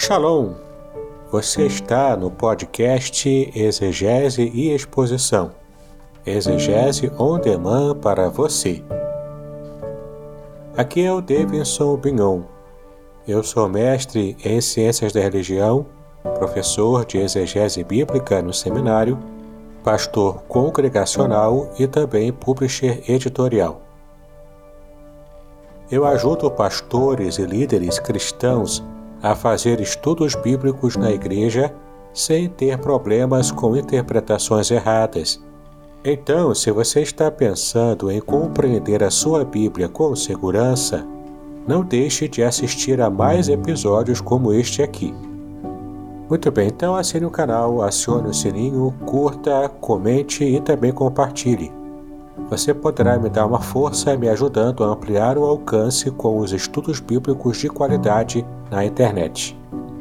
Shalom! Você está no podcast Exegese e Exposição. Exegese on demand para você. Aqui é o Davidson Bignon. Eu sou mestre em Ciências da Religião, professor de Exegese Bíblica no seminário, pastor congregacional e também publisher editorial. Eu ajudo pastores e líderes cristãos a fazer estudos bíblicos na igreja sem ter problemas com interpretações erradas. Então, se você está pensando em compreender a sua Bíblia com segurança, não deixe de assistir a mais episódios como este aqui. Muito bem, então assine o canal, acione o sininho, curta, comente e também compartilhe. Você poderá me dar uma força me ajudando a ampliar o alcance com os estudos bíblicos de qualidade na internet.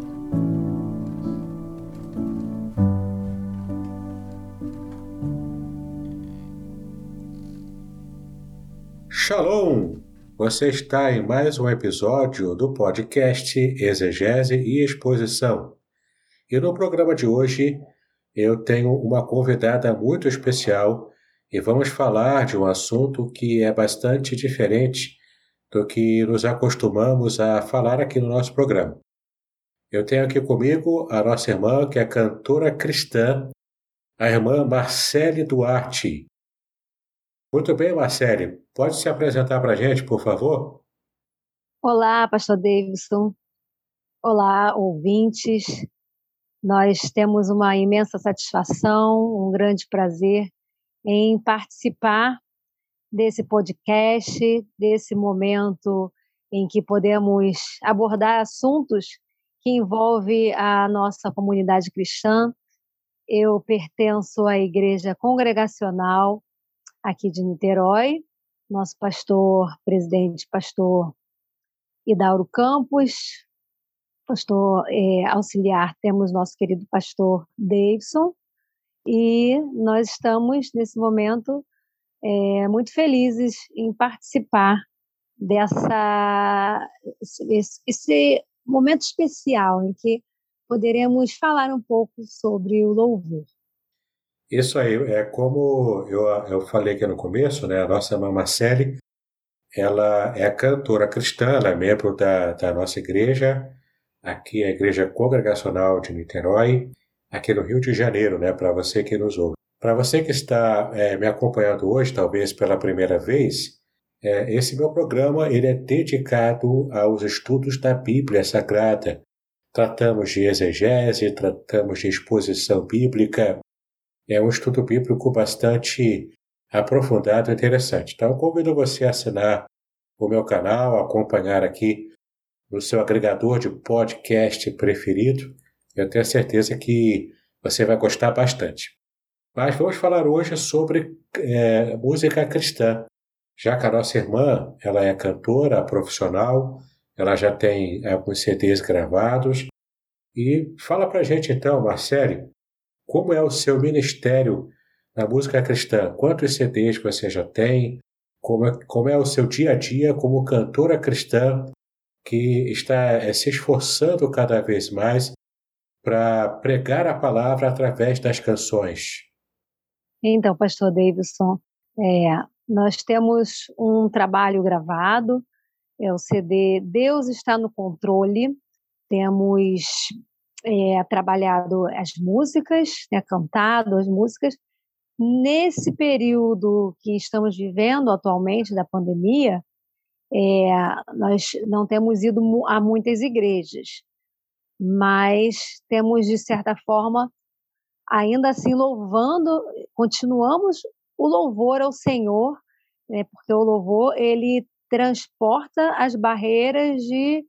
Shalom! Você está em mais um episódio do podcast Exegese e Exposição. E no programa de hoje eu tenho uma convidada muito especial e vamos falar de um assunto que é bastante diferente do que nos acostumamos a falar aqui no nosso programa. Eu tenho aqui comigo a nossa irmã, que é cantora cristã, a irmã Marcele Duarte. Muito bem, Marcele, pode se apresentar para a gente, por favor? Olá, pastor Davidson. Olá, ouvintes. Nós temos uma imensa satisfação, um grande prazer em participar desse podcast, desse momento em que podemos abordar assuntos que envolvem a nossa comunidade cristã. Eu pertenço à Igreja Congregacional aqui de Niterói. Nosso presidente, pastor Idauro Campos, pastor auxiliar, temos nosso querido pastor Davidson, e nós estamos, nesse momento, muito felizes em participar esse momento especial em que poderemos falar um pouco sobre o louvor. Isso aí, é como eu falei aqui no começo, né? A nossa irmã Marcele, ela é cantora cristã, ela é membro da nossa igreja, aqui é a Igreja Congregacional de Niterói, aqui no Rio de Janeiro, né? Para você que nos ouve. Para você que está me acompanhando hoje, talvez pela primeira vez, esse meu programa ele é dedicado aos estudos da Bíblia Sagrada. Tratamos de exegese, tratamos de exposição bíblica. É um estudo bíblico bastante aprofundado e interessante. Então, eu convido você a assinar o meu canal, acompanhar aqui no seu agregador de podcast preferido. Eu tenho certeza que você vai gostar bastante. Mas vamos falar hoje sobre música cristã. Já que a nossa irmã, ela é cantora profissional, ela já tem alguns CDs gravados. E fala pra gente então, Marcele, como é o seu ministério na música cristã? Quantos CDs você já tem? Como é o seu dia a dia como cantora cristã que está se esforçando cada vez mais para pregar a palavra através das canções? Então, pastor Davidson, nós temos um trabalho gravado, é o CD Deus Está no Controle. Temos trabalhado as músicas, cantado as músicas. Nesse período que estamos vivendo atualmente, da pandemia, nós não temos ido a muitas igrejas, mas temos, de certa forma, ainda assim louvando, continuamos o louvor ao Senhor, né, porque o louvor ele transporta as barreiras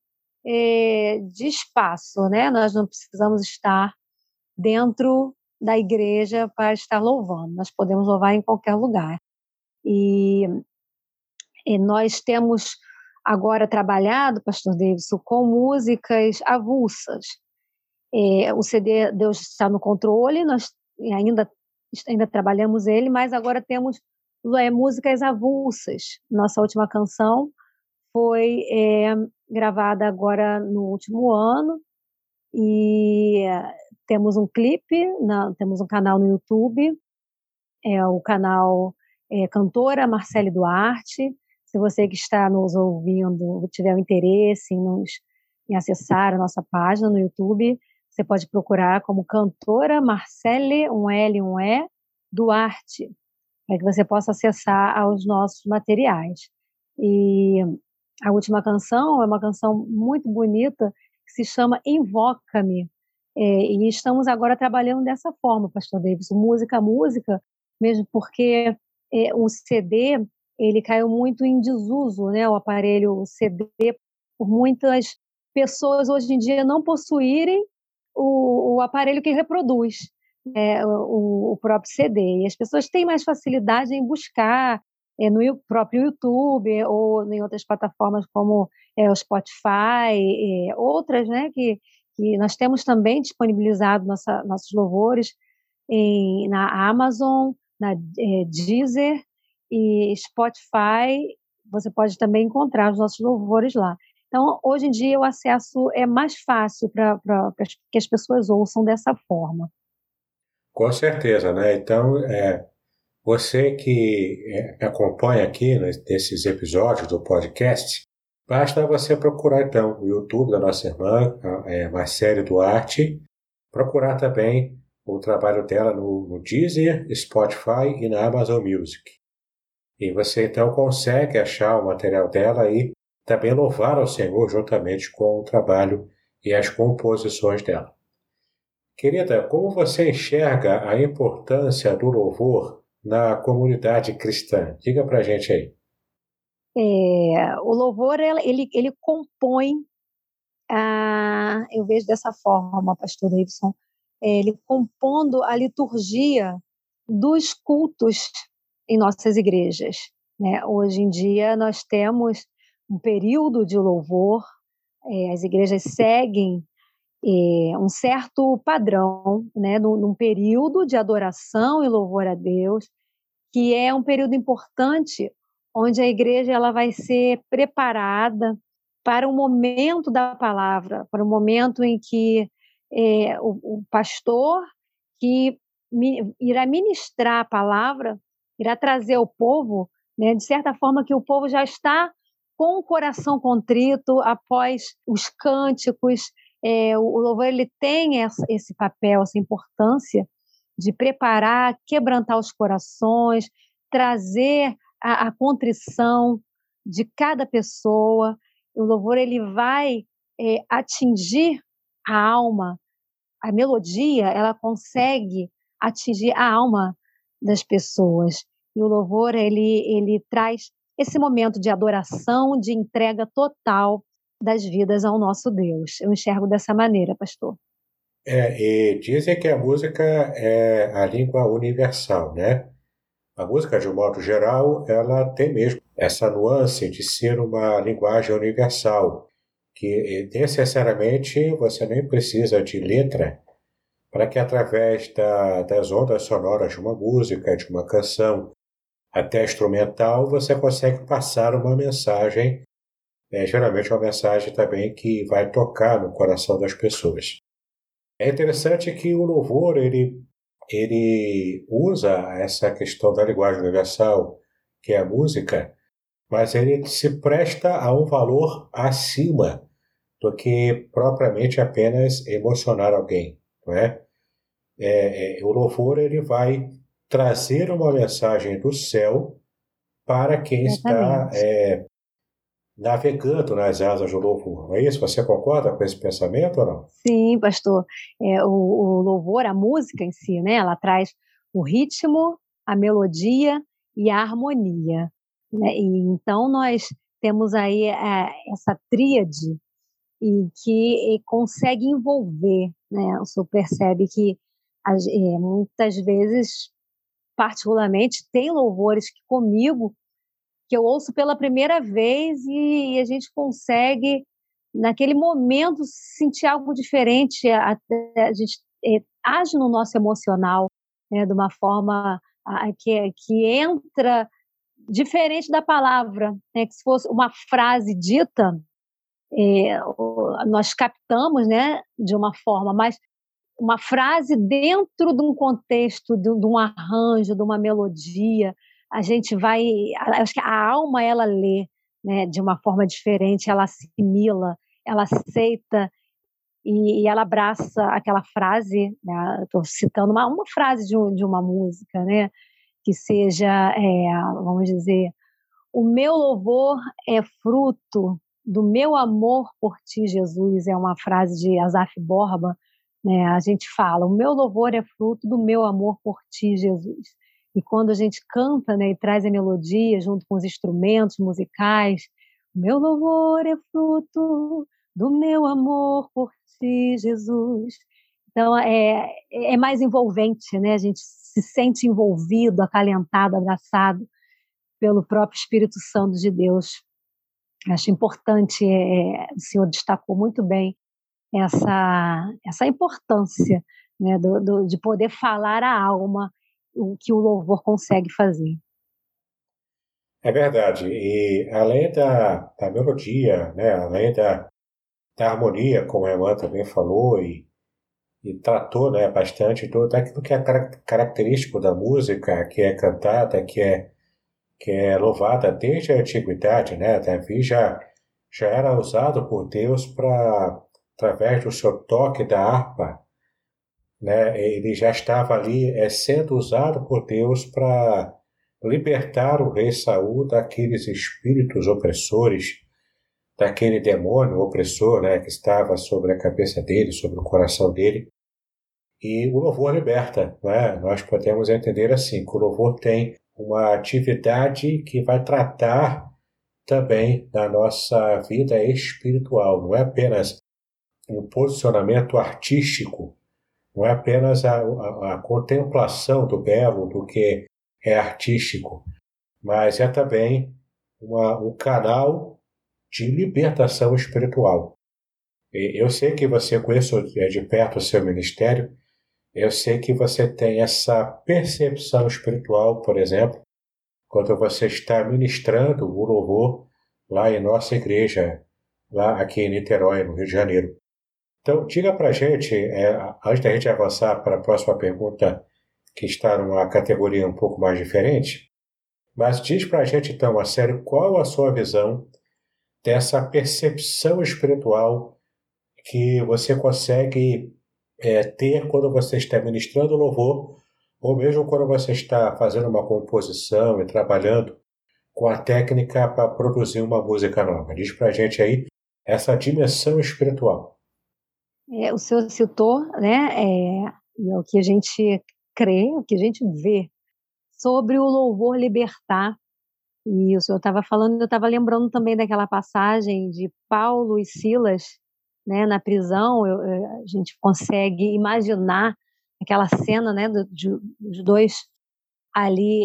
de espaço, né? Nós não precisamos estar dentro da igreja para estar louvando, nós podemos louvar em qualquer lugar. E nós temos agora trabalhado, pastor Davidson, com músicas avulsas. O CD Deus Está no Controle, nós ainda trabalhamos ele, mas agora temos músicas avulsas. Nossa última canção foi gravada agora no último ano, E temos um clipe, temos um canal no YouTube, o canal Cantora Marcele Duarte. Se você que está nos ouvindo tiver o interesse em acessar a nossa página no YouTube, você pode procurar como Cantora Marcele, um L, um E, Duarte, para que você possa acessar aos nossos materiais. E a última canção é uma canção muito bonita, que se chama Invoca-me. E estamos agora trabalhando dessa forma, Pastor Davidson, música a música, mesmo porque o CD ele caiu muito em desuso, né? O aparelho CD, por muitas pessoas hoje em dia não possuírem o aparelho que reproduz o próprio CD. E as pessoas têm mais facilidade em buscar no próprio YouTube ou em outras plataformas como o Spotify, outras, né, que nós temos também disponibilizado nossos louvores na Amazon, na Deezer e Spotify. Você pode também encontrar os nossos louvores lá. Então, hoje em dia, o acesso é mais fácil para que as pessoas ouçam dessa forma. Com certeza, né? Então, você que me acompanha aqui nesses episódios do podcast, basta você procurar, então, o YouTube da nossa irmã, Marcele Duarte, procurar também o trabalho dela no Deezer, Spotify e na Amazon Music. E você, então, consegue achar o material dela e também louvar ao Senhor juntamente com o trabalho e as composições dela. Querida, como você enxerga a importância do louvor na comunidade cristã? Diga pra gente aí. O louvor, ele compõe, eu vejo dessa forma, Pastor Davidson, ele compondo a liturgia dos cultos em nossas igrejas, né? Hoje em dia nós temos um período de louvor, as igrejas seguem um certo padrão, né, num período de adoração e louvor a Deus, que é um período importante onde a igreja ela vai ser preparada para o momento da palavra, para o momento em que o pastor que irá ministrar a palavra, irá trazer ao povo, né, de certa forma que o povo já está com o coração contrito após os cânticos. O louvor ele tem esse papel, essa importância de preparar, quebrantar os corações, trazer a contrição de cada pessoa. O louvor ele vai atingir a alma. A melodia ela consegue atingir a alma das pessoas. E o louvor ele traz esse momento de adoração, de entrega total das vidas ao nosso Deus. Eu enxergo dessa maneira, pastor. E dizem que a música é a língua universal, né? A música, de um modo geral, ela tem mesmo essa nuance de ser uma linguagem universal, que necessariamente você nem precisa de letra para que através das ondas sonoras de uma música, de uma canção, até instrumental, você consegue passar uma mensagem, geralmente uma mensagem também que vai tocar no coração das pessoas. É interessante que o louvor, ele usa essa questão da linguagem universal, que é a música, mas ele se presta a um valor acima do que propriamente apenas emocionar alguém, não é? O louvor ele vai trazer uma mensagem do céu para quem está navegando nas asas do louvor. Não é isso? Você concorda com esse pensamento ou não? Sim, pastor. O louvor, a música em si, né? Ela traz o ritmo, a melodia e a harmonia, né? E então nós temos aí essa tríade e que consegue envolver, né? O senhor percebe que muitas vezes, particularmente, tem louvores que comigo que eu ouço pela primeira vez e a gente consegue naquele momento sentir algo diferente, a gente age no nosso emocional, né, de uma forma que entra diferente da palavra, né, que se fosse uma frase dita, nós captamos, né, de uma forma, mas uma frase dentro de um contexto, de um arranjo, de uma melodia, a gente vai, acho que a alma ela lê, né, de uma forma diferente, ela assimila, ela aceita e ela abraça aquela frase, né, estou citando uma frase de uma música, né, que seja, vamos dizer, o meu louvor é fruto do meu amor por ti, Jesus, é uma frase de Asaf Borba, né? A gente fala, o meu louvor é fruto do meu amor por ti, Jesus. E quando a gente canta, né, e traz a melodia junto com os instrumentos musicais, o meu louvor é fruto do meu amor por ti, Jesus. Então, é mais envolvente, né? A gente se sente envolvido, acalentado, abraçado pelo próprio Espírito Santo de Deus. Acho importante, o senhor destacou muito bem essa importância, né, de poder falar à alma o que o louvor consegue fazer. É verdade. E além da melodia, né, além da harmonia, como a irmã também falou, e tratou, né, bastante daquilo que é característico da música, que é cantada, que é louvada desde a antiguidade, né? Davi já era usado por Deus para, através do seu toque da harpa, né? Ele já estava ali sendo usado por Deus para libertar o rei Saul daqueles espíritos opressores, daquele demônio opressor, né, que estava sobre a cabeça dele, sobre o coração dele. E o louvor liberta, né? Nós podemos entender assim, que o louvor tem uma atividade que vai tratar também da nossa vida espiritual. Não é apenas um posicionamento artístico, não é apenas a contemplação do belo, do que é artístico, mas é também um canal de libertação espiritual. Eu sei que você conhece de perto o seu ministério, eu sei que você tem essa percepção espiritual, por exemplo, quando você está ministrando o louvor lá em nossa igreja, lá aqui em Niterói, no Rio de Janeiro. Então, diga para a gente, antes da gente avançar para a próxima pergunta, que está numa categoria um pouco mais diferente, mas diz para a gente, então, a sério, qual a sua visão dessa percepção espiritual que você consegue ter quando você está ministrando louvor, ou mesmo quando você está fazendo uma composição e trabalhando com a técnica para produzir uma música nova. Diz para a gente aí essa dimensão espiritual. O senhor citou, né, e é o que a gente crê, o que a gente vê sobre o louvor libertar. E o senhor estava falando, eu estava lembrando também daquela passagem de Paulo e Silas, né, na prisão. A gente consegue imaginar aquela cena, né, dos dois ali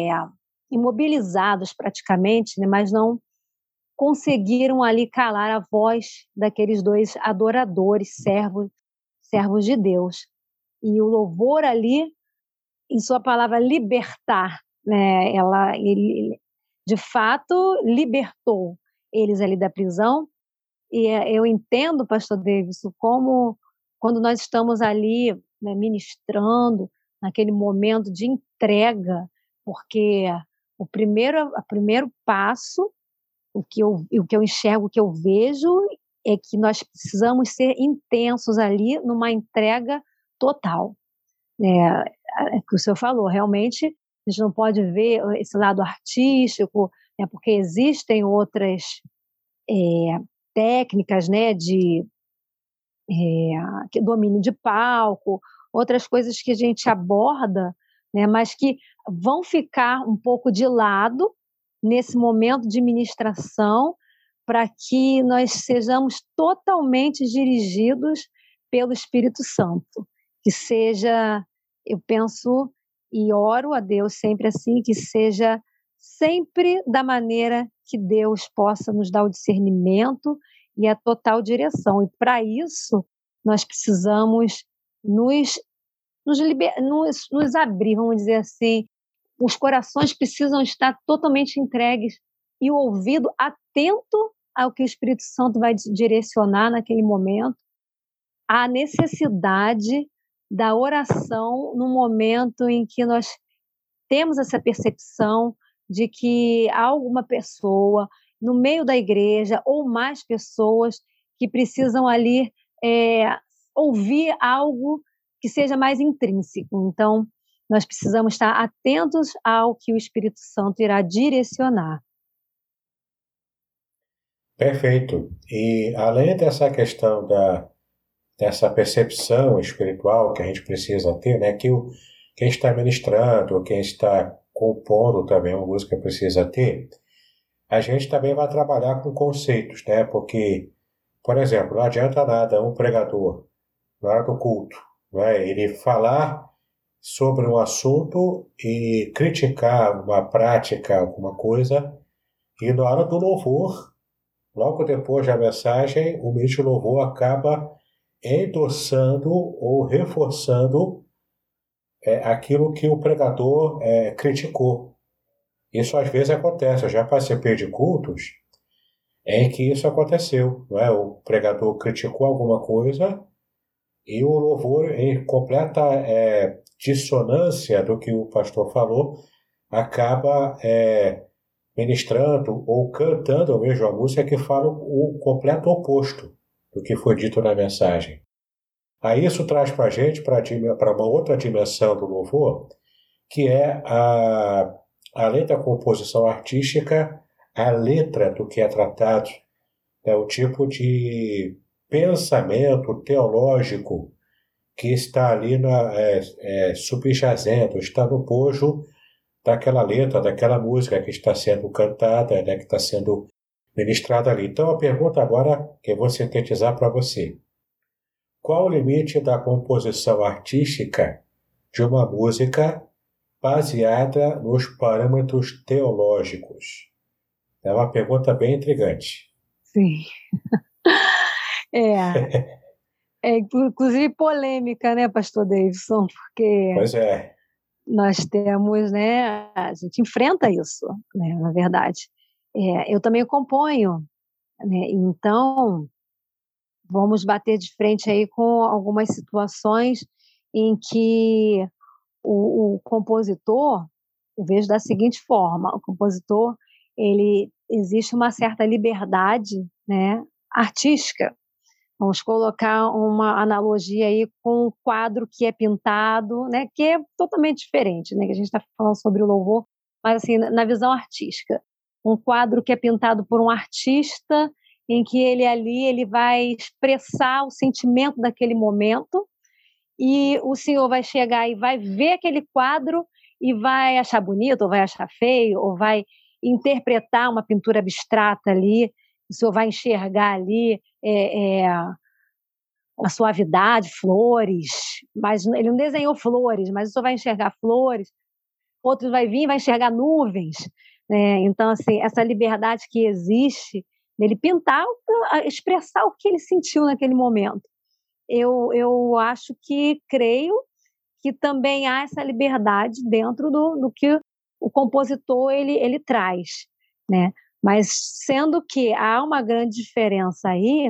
imobilizados praticamente, né, mas não conseguiram ali calar a voz daqueles dois adoradores, servos de Deus. E o louvor ali, em sua palavra libertar, né, ele de fato libertou eles ali da prisão. E eu entendo, pastor Davidson, como quando nós estamos ali, né, ministrando, naquele momento de entrega, porque o primeiro passo, o que eu enxergo, o que eu vejo, é que nós precisamos ser intensos ali numa entrega total. É que o senhor falou, realmente a gente não pode ver esse lado artístico, né, porque existem outras técnicas, né, de domínio de palco, outras coisas que a gente aborda, né, mas que vão ficar um pouco de lado nesse momento de ministração, para que nós sejamos totalmente dirigidos pelo Espírito Santo. Que seja, eu penso e oro a Deus sempre assim, que seja sempre da maneira que Deus possa nos dar o discernimento e a total direção. E para isso, nós precisamos nos abrir, vamos dizer assim. Os corações precisam estar totalmente entregues e o ouvido atento ao que o Espírito Santo vai direcionar naquele momento, a necessidade da oração no momento em que nós temos essa percepção de que há alguma pessoa no meio da igreja ou mais pessoas que precisam ali ouvir algo que seja mais intrínseco. Então, nós precisamos estar atentos ao que o Espírito Santo irá direcionar. Perfeito. E além dessa questão dessa percepção espiritual que a gente precisa ter, né, quem está ministrando, quem está compondo também uma música precisa ter, a gente também vai trabalhar com conceitos, né? Porque, por exemplo, não adianta nada um pregador, na hora do culto, né, ele falar sobre um assunto e criticar uma prática, alguma coisa, e na hora do louvor, logo depois da mensagem, o ministro de louvor acaba endossando ou reforçando aquilo que o pregador criticou. Isso às vezes acontece. Eu já participei de cultos em que isso aconteceu. Não é? O pregador criticou alguma coisa e o louvor, em completa dissonância do que o pastor falou, acaba ministrando ou cantando mesmo a música que fala o completo oposto do que foi dito na mensagem. Aí isso traz para a gente para uma outra dimensão do louvor, que é, além da composição artística, a letra do que é tratado, o tipo de pensamento teológico que está ali subjazendo, está no bojo daquela letra, daquela música que está sendo cantada, né, que está sendo ministrada ali. Então a pergunta agora que eu vou sintetizar para você. Qual o limite da composição artística de uma música baseada nos parâmetros teológicos? É uma pergunta bem intrigante. Sim. Inclusive polêmica, né, pastor Davidson? Porque pois é. Nós temos, né, a gente enfrenta isso, né, na verdade. Eu também componho, né, então vamos bater de frente aí com algumas situações em que o compositor, eu vejo da seguinte forma: o compositor, ele existe uma certa liberdade, né, artística. Vamos colocar uma analogia aí com um quadro que é pintado, né, que é totalmente diferente, né, que a gente está falando sobre o louvor, mas assim, na visão artística. Um quadro que é pintado por um artista, em que ele vai expressar o sentimento daquele momento, e o senhor vai chegar e vai ver aquele quadro e vai achar bonito, ou vai achar feio, ou vai interpretar uma pintura abstrata ali, o senhor vai enxergar ali a suavidade, flores, mas ele não desenhou flores, mas o senhor vai enxergar flores, outros vai vir e vai enxergar nuvens, né? Então, assim, essa liberdade que existe dele pintar, expressar o que ele sentiu naquele momento. Eu acho que, creio que também há essa liberdade dentro do que o compositor ele traz, né? Mas sendo que há uma grande diferença aí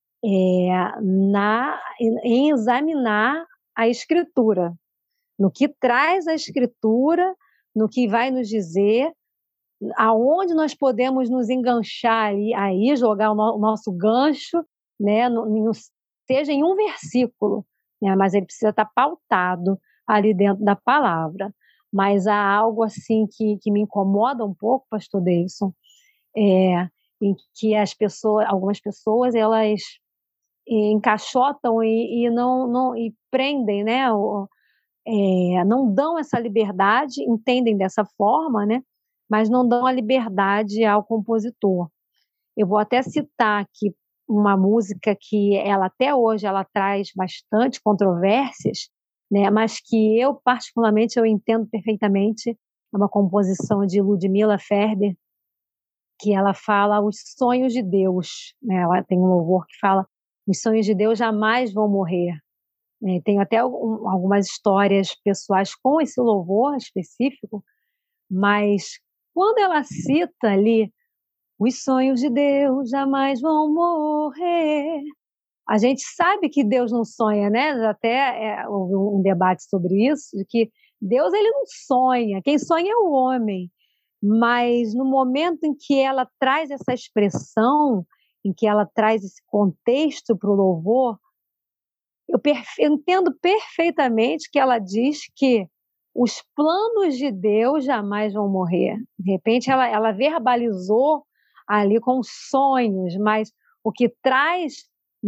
em examinar a escritura, no que traz a escritura, no que vai nos dizer, aonde nós podemos nos enganchar aí jogar o nosso gancho, né, seja em um versículo, né, mas ele precisa estar pautado ali dentro da palavra. Mas há algo assim que me incomoda um pouco, pastor Davidson, em que algumas pessoas, elas encaixotam e não e prendem, né, não dão essa liberdade, entendem dessa forma, né, mas não dão a liberdade ao compositor. Eu vou até citar aqui uma música que ela até hoje ela traz bastante controvérsias, né, mas que eu particularmente eu entendo perfeitamente. É uma composição de Ludmila Ferber, que ela fala os sonhos de Deus, né? Ela tem um louvor que fala: os sonhos de Deus jamais vão morrer. Tenho até algumas histórias pessoais com esse louvor específico, mas quando ela cita ali Os sonhos de Deus jamais vão morrer. A gente sabe que Deus não sonha, né? Até houve um debate sobre isso, de que Deus ele não sonha, quem sonha é o homem. Mas no momento em que ela traz essa expressão, em que ela traz esse contexto para o louvor, eu entendo perfeitamente que ela diz que os planos de Deus jamais vão morrer. De repente, ela verbalizou ali com sonhos, mas o que traz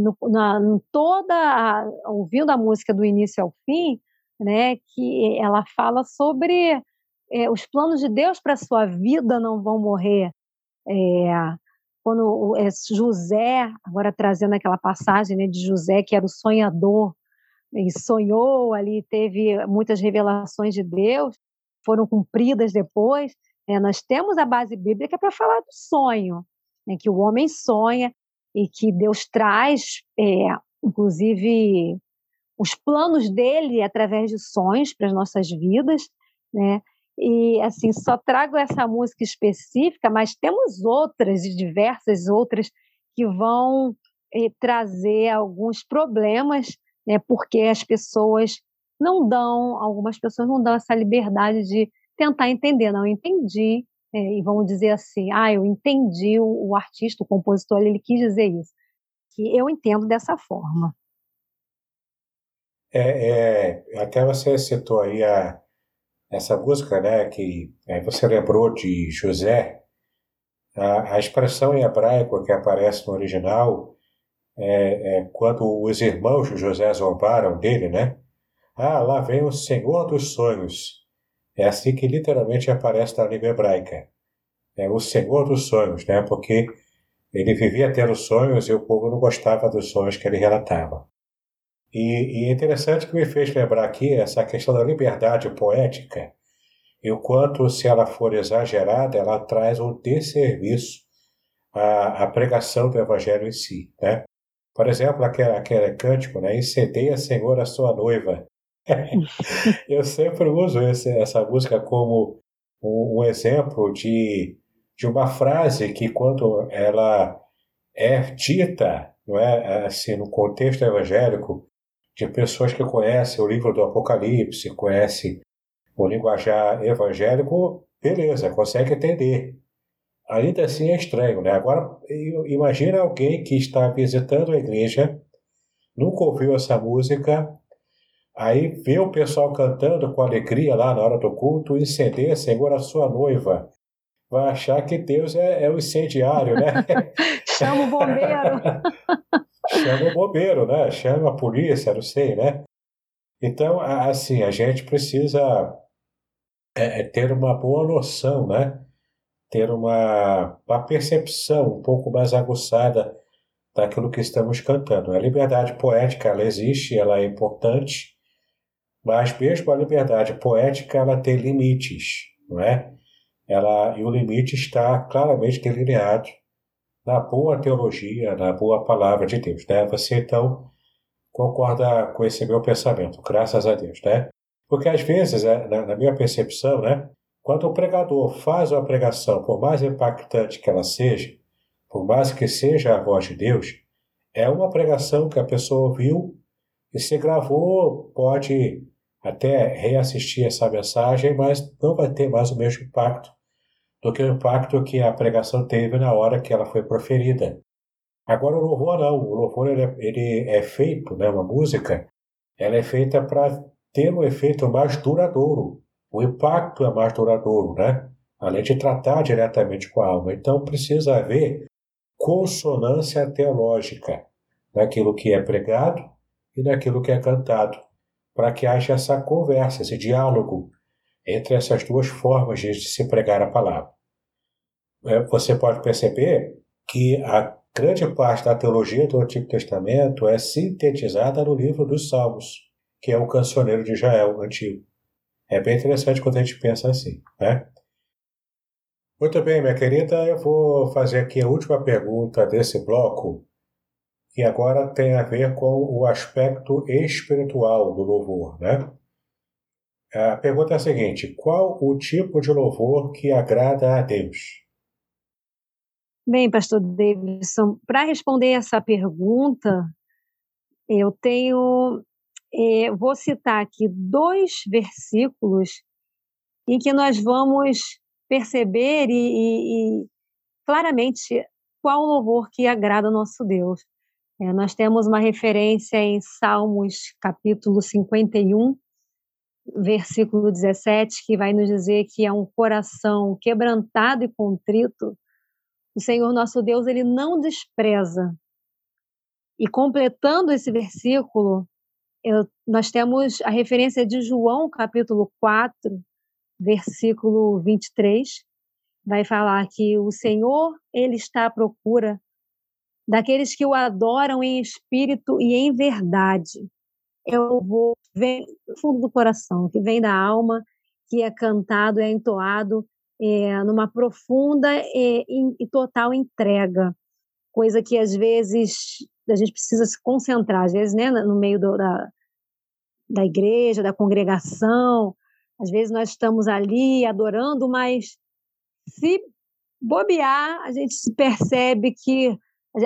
ouvindo a música do início ao fim, né, que ela fala sobre os planos de Deus para a sua vida não vão morrer. Quando José, agora trazendo aquela passagem, né, de José, que era o sonhador, e sonhou ali, teve muitas revelações de Deus, foram cumpridas depois. Nós temos a base bíblica para falar do sonho, né, que o homem sonha e que Deus traz, inclusive, os planos dele através de sonhos para as nossas vidas, né? E assim, só trago essa música específica, mas temos outras e diversas outras que vão trazer alguns problemas, né? Porque algumas pessoas não dão essa liberdade de tentar entender. Não entendi, e vamos dizer assim, eu entendi o artista, o compositor, ele quis dizer isso. Que eu entendo dessa forma. Até você citou aí essa música, né, que você lembrou de José. A expressão em hebraico que aparece no original quando os irmãos de José zombaram dele, né? Lá vem o Senhor dos Sonhos. É assim que literalmente aparece na língua hebraica. É o Senhor dos Sonhos, né? Porque ele vivia tendo sonhos e o povo não gostava dos sonhos que ele relatava. E é interessante que me fez lembrar aqui essa questão da liberdade poética, e o quanto, se ela for exagerada, ela traz um desserviço à pregação do evangelho em si, né? Por exemplo, aquele cântico, né? Incendeia, Senhor, a sua noiva. Eu sempre uso essa música como um exemplo de uma frase que, quando ela é dita, não é, assim, no contexto evangélico, de pessoas que conhecem o livro do Apocalipse, conhecem o linguajar evangélico, beleza, consegue entender. Ainda assim é estranho, né? Agora, imagina alguém que está visitando a igreja, nunca ouviu essa música, aí vê o pessoal cantando com alegria lá na hora do culto, incendeia, Senhor, a sua noiva. Vai achar que Deus é o incendiário, né? Chama o bombeiro. Chama o bombeiro, né? Chama a polícia, não sei, né? Então, assim, a gente precisa ter uma boa noção, né? Ter uma percepção um pouco mais aguçada daquilo que estamos cantando. A liberdade poética, ela existe, ela é importante, mas mesmo a liberdade poética, ela tem limites, não é? E o limite está claramente delineado na boa teologia, na boa palavra de Deus, né? Você, então, concorda com esse meu pensamento, graças a Deus, né? Porque, às vezes, na minha percepção, né? Quando o pregador faz uma pregação, por mais impactante que ela seja, por mais que seja a voz de Deus, é uma pregação que a pessoa ouviu e se gravou, pode até reassistir essa mensagem, mas não vai ter mais o mesmo impacto do que o impacto que a pregação teve na hora que ela foi proferida. Agora o louvor não, o louvor ele é feito, né, uma música, ela é feita para ter um efeito mais duradouro, o impacto é mais duradouro, né? Além de tratar diretamente com a alma. Então precisa haver consonância teológica naquilo que é pregado e naquilo que é cantado, para que haja essa conversa, esse diálogo entre essas duas formas de se pregar a palavra. Você pode perceber que a grande parte da teologia do Antigo Testamento é sintetizada no livro dos Salmos, que é o cancioneiro de Israel antigo. É bem interessante quando a gente pensa assim, né? Muito bem, minha querida, eu vou fazer aqui a última pergunta desse bloco, que agora tem a ver com o aspecto espiritual do louvor, né? A pergunta é a seguinte: qual o tipo de louvor que agrada a Deus? Bem, pastor Davidson, para responder essa pergunta, eu vou citar aqui 2 versículos em que nós vamos perceber e claramente qual louvor que agrada ao nosso Deus. Nós temos uma referência em Salmos capítulo 51, versículo 17, que vai nos dizer que é um coração quebrantado e contrito. O Senhor nosso Deus, ele não despreza. E completando esse versículo, nós temos a referência de João, capítulo 4, versículo 23, vai falar que o Senhor, ele está à procura daqueles que o adoram em espírito e em verdade. É o louvor que vem do fundo do coração, que vem da alma, que é cantado, é entoado numa profunda e total entrega, coisa que às vezes a gente precisa se concentrar, às vezes, né, no meio da igreja, da congregação, às vezes nós estamos ali adorando, mas se bobear, a gente se percebe que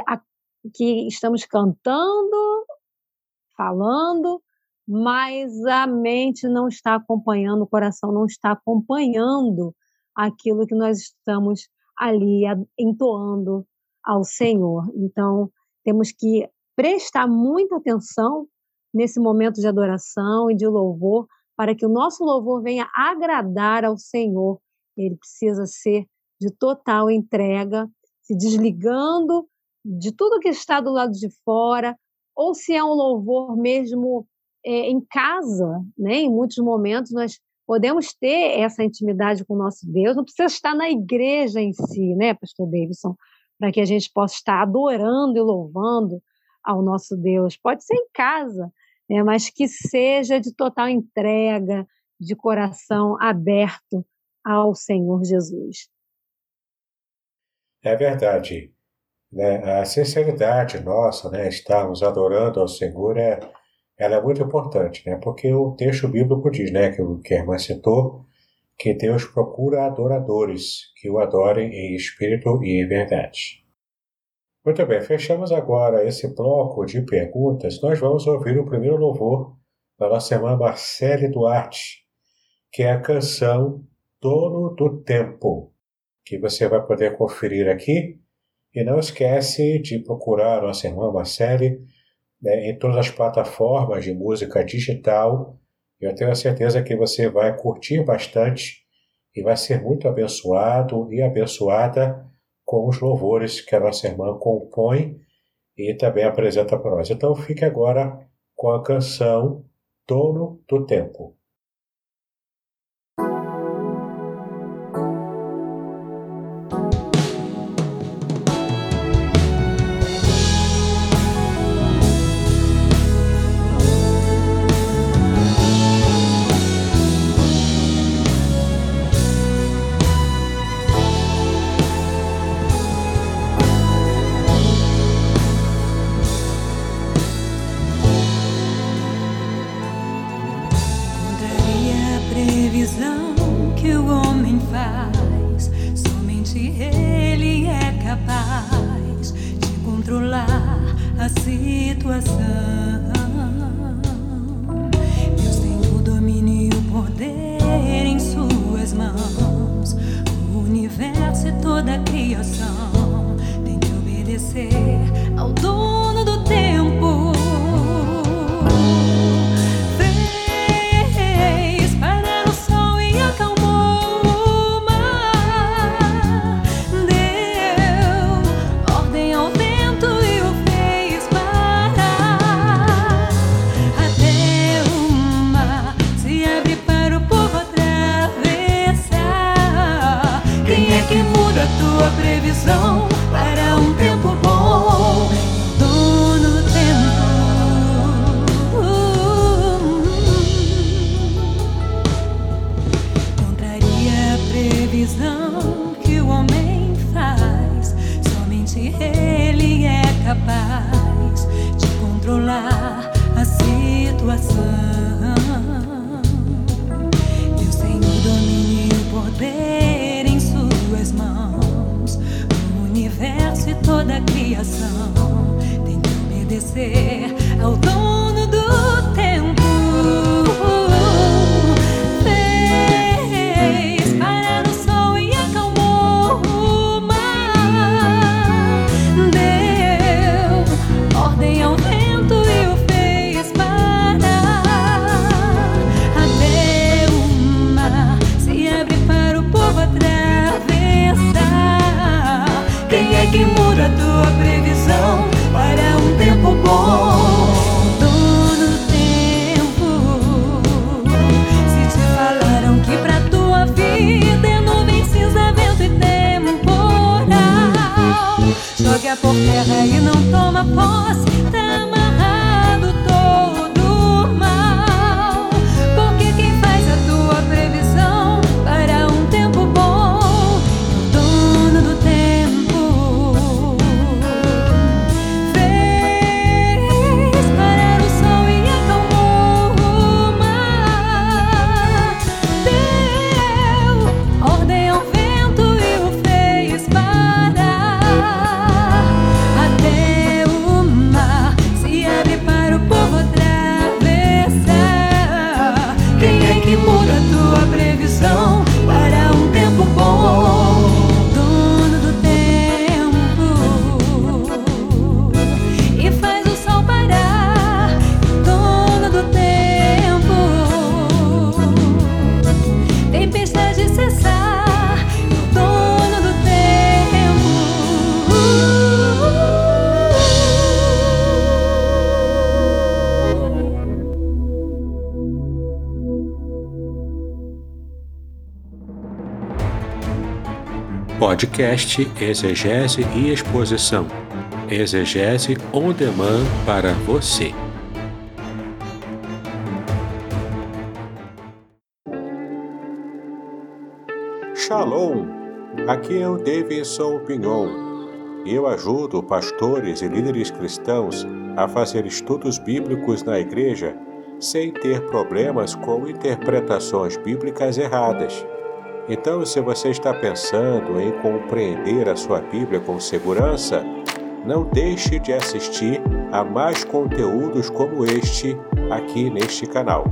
estamos cantando, falando, mas a mente não está acompanhando, o coração não está acompanhando aquilo que nós estamos ali entoando ao Senhor. Então, temos que prestar muita atenção nesse momento de adoração e de louvor, para que o nosso louvor venha agradar ao Senhor. Ele precisa ser de total entrega, se desligando de tudo que está do lado de fora, ou se é um louvor mesmo em casa, né? Em muitos momentos nós podemos ter essa intimidade com o nosso Deus, não precisa estar na igreja em si, né, pastor Davidson, para que a gente possa estar adorando e louvando ao nosso Deus. Pode ser em casa, né, mas que seja de total entrega, de coração aberto ao Senhor Jesus. É verdade, né? A sinceridade nossa, né, estarmos adorando ao Senhor, ela é muito importante, né? Porque o texto bíblico diz, né, que a irmã citou, que Deus procura adoradores que o adorem em espírito e em verdade. Muito bem, fechamos agora esse bloco de perguntas. Nós vamos ouvir o primeiro louvor da nossa irmã Marcele Duarte, que é a canção Dono do Tempo, que você vai poder conferir aqui. E não esquece de procurar a nossa irmã Marcele, né, em todas as plataformas de música digital. Eu tenho a certeza que você vai curtir bastante e vai ser muito abençoado e abençoada com os louvores que a nossa irmã compõe e também apresenta para nós. Então fique agora com a canção Dono do Tempo. Poder em suas mãos, o universo da criação tem que obedecer ao dono do tempo. Fez parar o sol e acalmou o mar. Deu ordem ao vento e o fez parar. Até o mar se abre para o povo atravessar. Quem é que muda a tua previsão para um tempo bom? Dono do tempo. Se te falaram que pra tua vida é nuvem, cinza, vento e temporal, joga por terra e não toma posse. Tá amarrado todo mal, porque quem faz a tua previsão para um tempo bom é o dono do tempo. Fez parar o sol e acalmou o mar. Deu ordem ao vento e o fez parar. Até o mar se abre para o povo atravessar. Quem é que muda a tua previsão para um tempo bom? Dono do tempo. E faz o sol parar. Dono do tempo. Tempestade cessar. Dono do Podcast Exegese e Exposição. Exegese on demand para você. Shalom! Aqui é o Davidson Pignon. Eu ajudo pastores e líderes cristãos a fazer estudos bíblicos na igreja sem ter problemas com interpretações bíblicas erradas. Então, se você está pensando em compreender a sua Bíblia com segurança, não deixe de assistir a mais conteúdos como este aqui neste canal.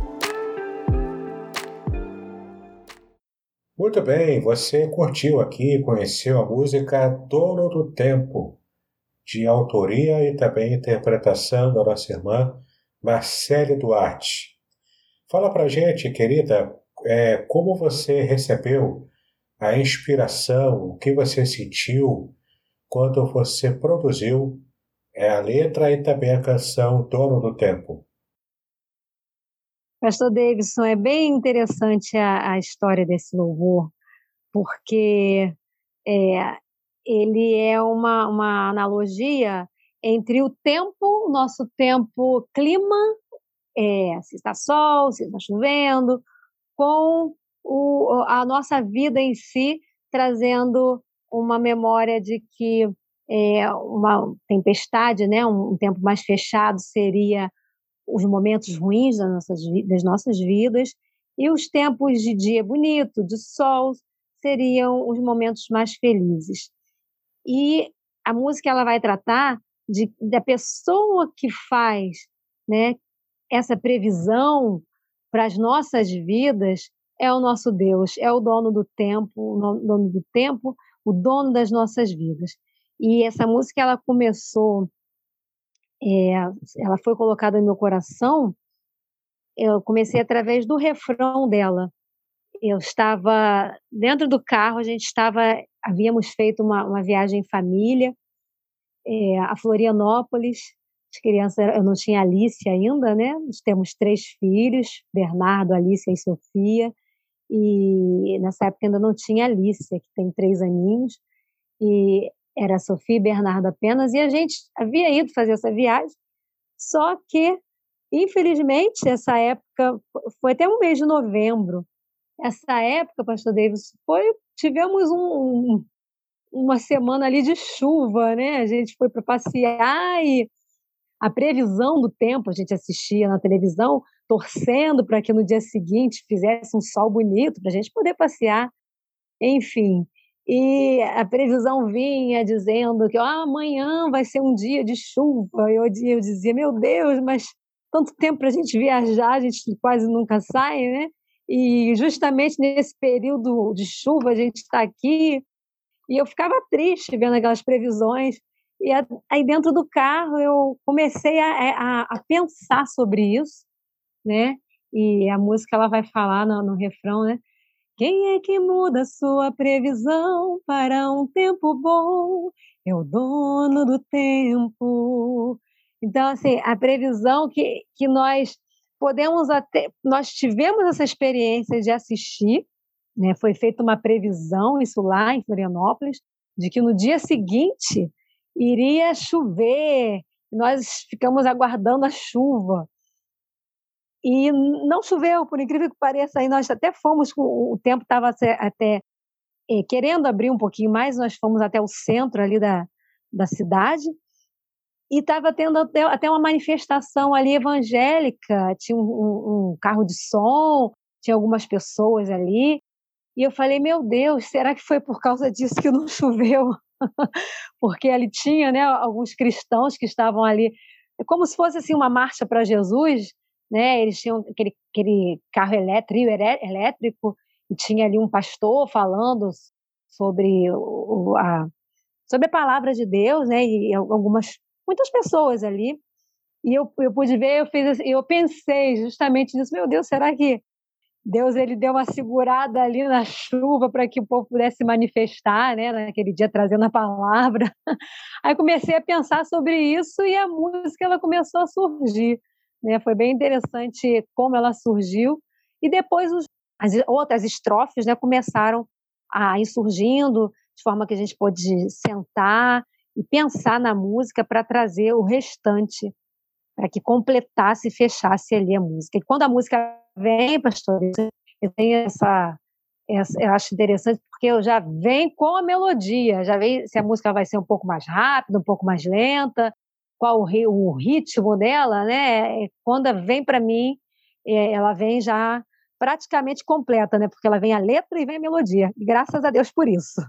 Muito bem, você curtiu aqui, conheceu a música Dono do Tempo, de autoria e também interpretação da nossa irmã Marcele Duarte. Fala pra gente, querida, como você recebeu a inspiração, o que você sentiu quando você produziu a letra e também a canção Dono do Tempo. Pastor Davidson, é bem interessante a história desse louvor, porque ele é uma analogia entre o tempo, o nosso tempo, clima, se está sol, se está chovendo, com a nossa vida em si, trazendo uma memória de que uma tempestade, né, um tempo mais fechado seria os momentos ruins das nossas vidas, e os tempos de dia bonito, de sol, seriam os momentos mais felizes. E a música ela vai tratar da pessoa que faz, né, essa previsão para as nossas vidas, é o nosso Deus, é o dono do tempo, o dono das nossas vidas. E essa música ela começou, ela foi colocada no meu coração, eu comecei através do refrão dela. Eu estava dentro do carro, havíamos feito uma viagem em família, a Florianópolis. As crianças, eu não tinha Alice ainda, né? Nós temos 3 filhos, Bernardo, Alice e Sofia, e nessa época ainda não tinha Alice, que tem 3 aninhos, e era Sofia e Bernardo apenas, e a gente havia ido fazer essa viagem, só que, infelizmente, essa época, foi até o mês de novembro, essa época, pastor Davis, tivemos uma semana ali de chuva, né? A gente foi para passear e a previsão do tempo, a gente assistia na televisão, torcendo para que no dia seguinte fizesse um sol bonito, para a gente poder passear, enfim. E a previsão vinha dizendo que amanhã vai ser um dia de chuva. Eu dizia, meu Deus, mas tanto tempo para a gente viajar, a gente quase nunca sai, né? E justamente nesse período de chuva a gente está aqui. E eu ficava triste vendo aquelas previsões. E aí dentro do carro eu comecei a pensar sobre isso, né? E a música ela vai falar no refrão, né? Quem é que muda sua previsão para um tempo bom? É o dono do tempo. Então, assim, a previsão que nós podemos até... Nós tivemos essa experiência de assistir, né? Foi feita uma previsão, isso lá em Florianópolis, de que no dia seguinte iria chover. Nós ficamos aguardando a chuva. E não choveu, por incrível que pareça, aí nós até fomos, o tempo estava até querendo abrir um pouquinho mais, nós fomos até o centro ali da cidade, e estava tendo até uma manifestação ali evangélica, tinha um carro de som, tinha algumas pessoas ali, e eu falei, meu Deus, será que foi por causa disso que não choveu? Porque ali tinha, né, alguns cristãos que estavam ali, como se fosse assim, uma marcha para Jesus, né? Eles tinham aquele carro elétrico, e tinha ali um pastor falando sobre sobre a palavra de Deus, né? E muitas pessoas ali. E eu pude ver, eu pensei justamente nisso, meu Deus, será que Deus ele deu uma segurada ali na chuva para que o povo pudesse se manifestar, né, naquele dia trazendo a palavra. Aí comecei a pensar sobre isso e a música ela começou a surgir, né? Foi bem interessante como ela surgiu e depois as outras estrofes, né, começaram a ir surgindo de forma que a gente pôde sentar e pensar na música para trazer o restante, para que completasse e fechasse ali a música. E quando a música vem, pastor, eu tenho eu acho interessante porque eu já venho com a melodia, já vem se a música vai ser um pouco mais rápida, um pouco mais lenta, qual o ritmo dela, né? Quando vem para mim, ela vem já praticamente completa, né? Porque ela vem a letra e vem a melodia. E graças a Deus por isso.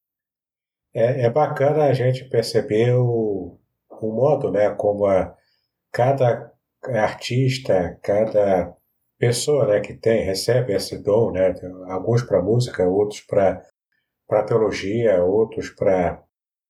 É bacana a gente perceber o modo, né, como cada artista, cada pessoa, né, que recebe esse dom, né, alguns para música, outros para teologia, outros para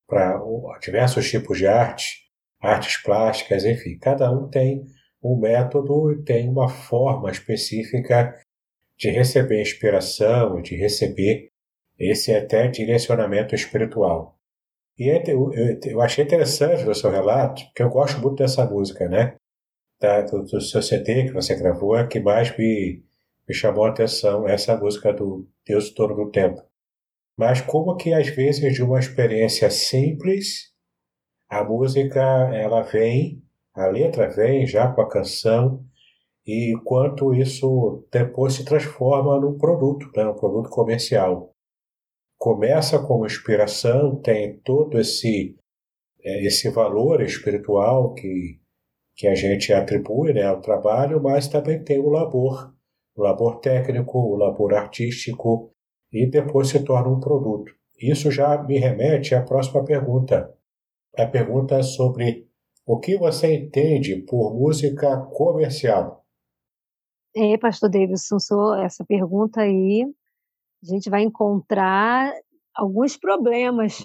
diversos tipos de artes plásticas, enfim, cada um tem um método e tem uma forma específica de receber inspiração, de receber esse até direcionamento espiritual. E eu achei interessante o seu relato, porque eu gosto muito dessa música, né? Do seu CD que você gravou, é que mais me chamou a atenção, essa música do Deus Todo do Tempo. Mas como que às vezes de uma experiência simples, a música ela vem, a letra vem já com a canção, e quanto isso depois se transforma num produto, né? Um produto comercial. Começa como inspiração, tem todo esse valor espiritual que a gente atribui, né, ao trabalho, mas também tem o labor técnico, o labor artístico, e depois se torna um produto. Isso já me remete à próxima pergunta. A pergunta é sobre o que você entende por música comercial. Pastor Davidson, essa pergunta aí, a gente vai encontrar alguns problemas,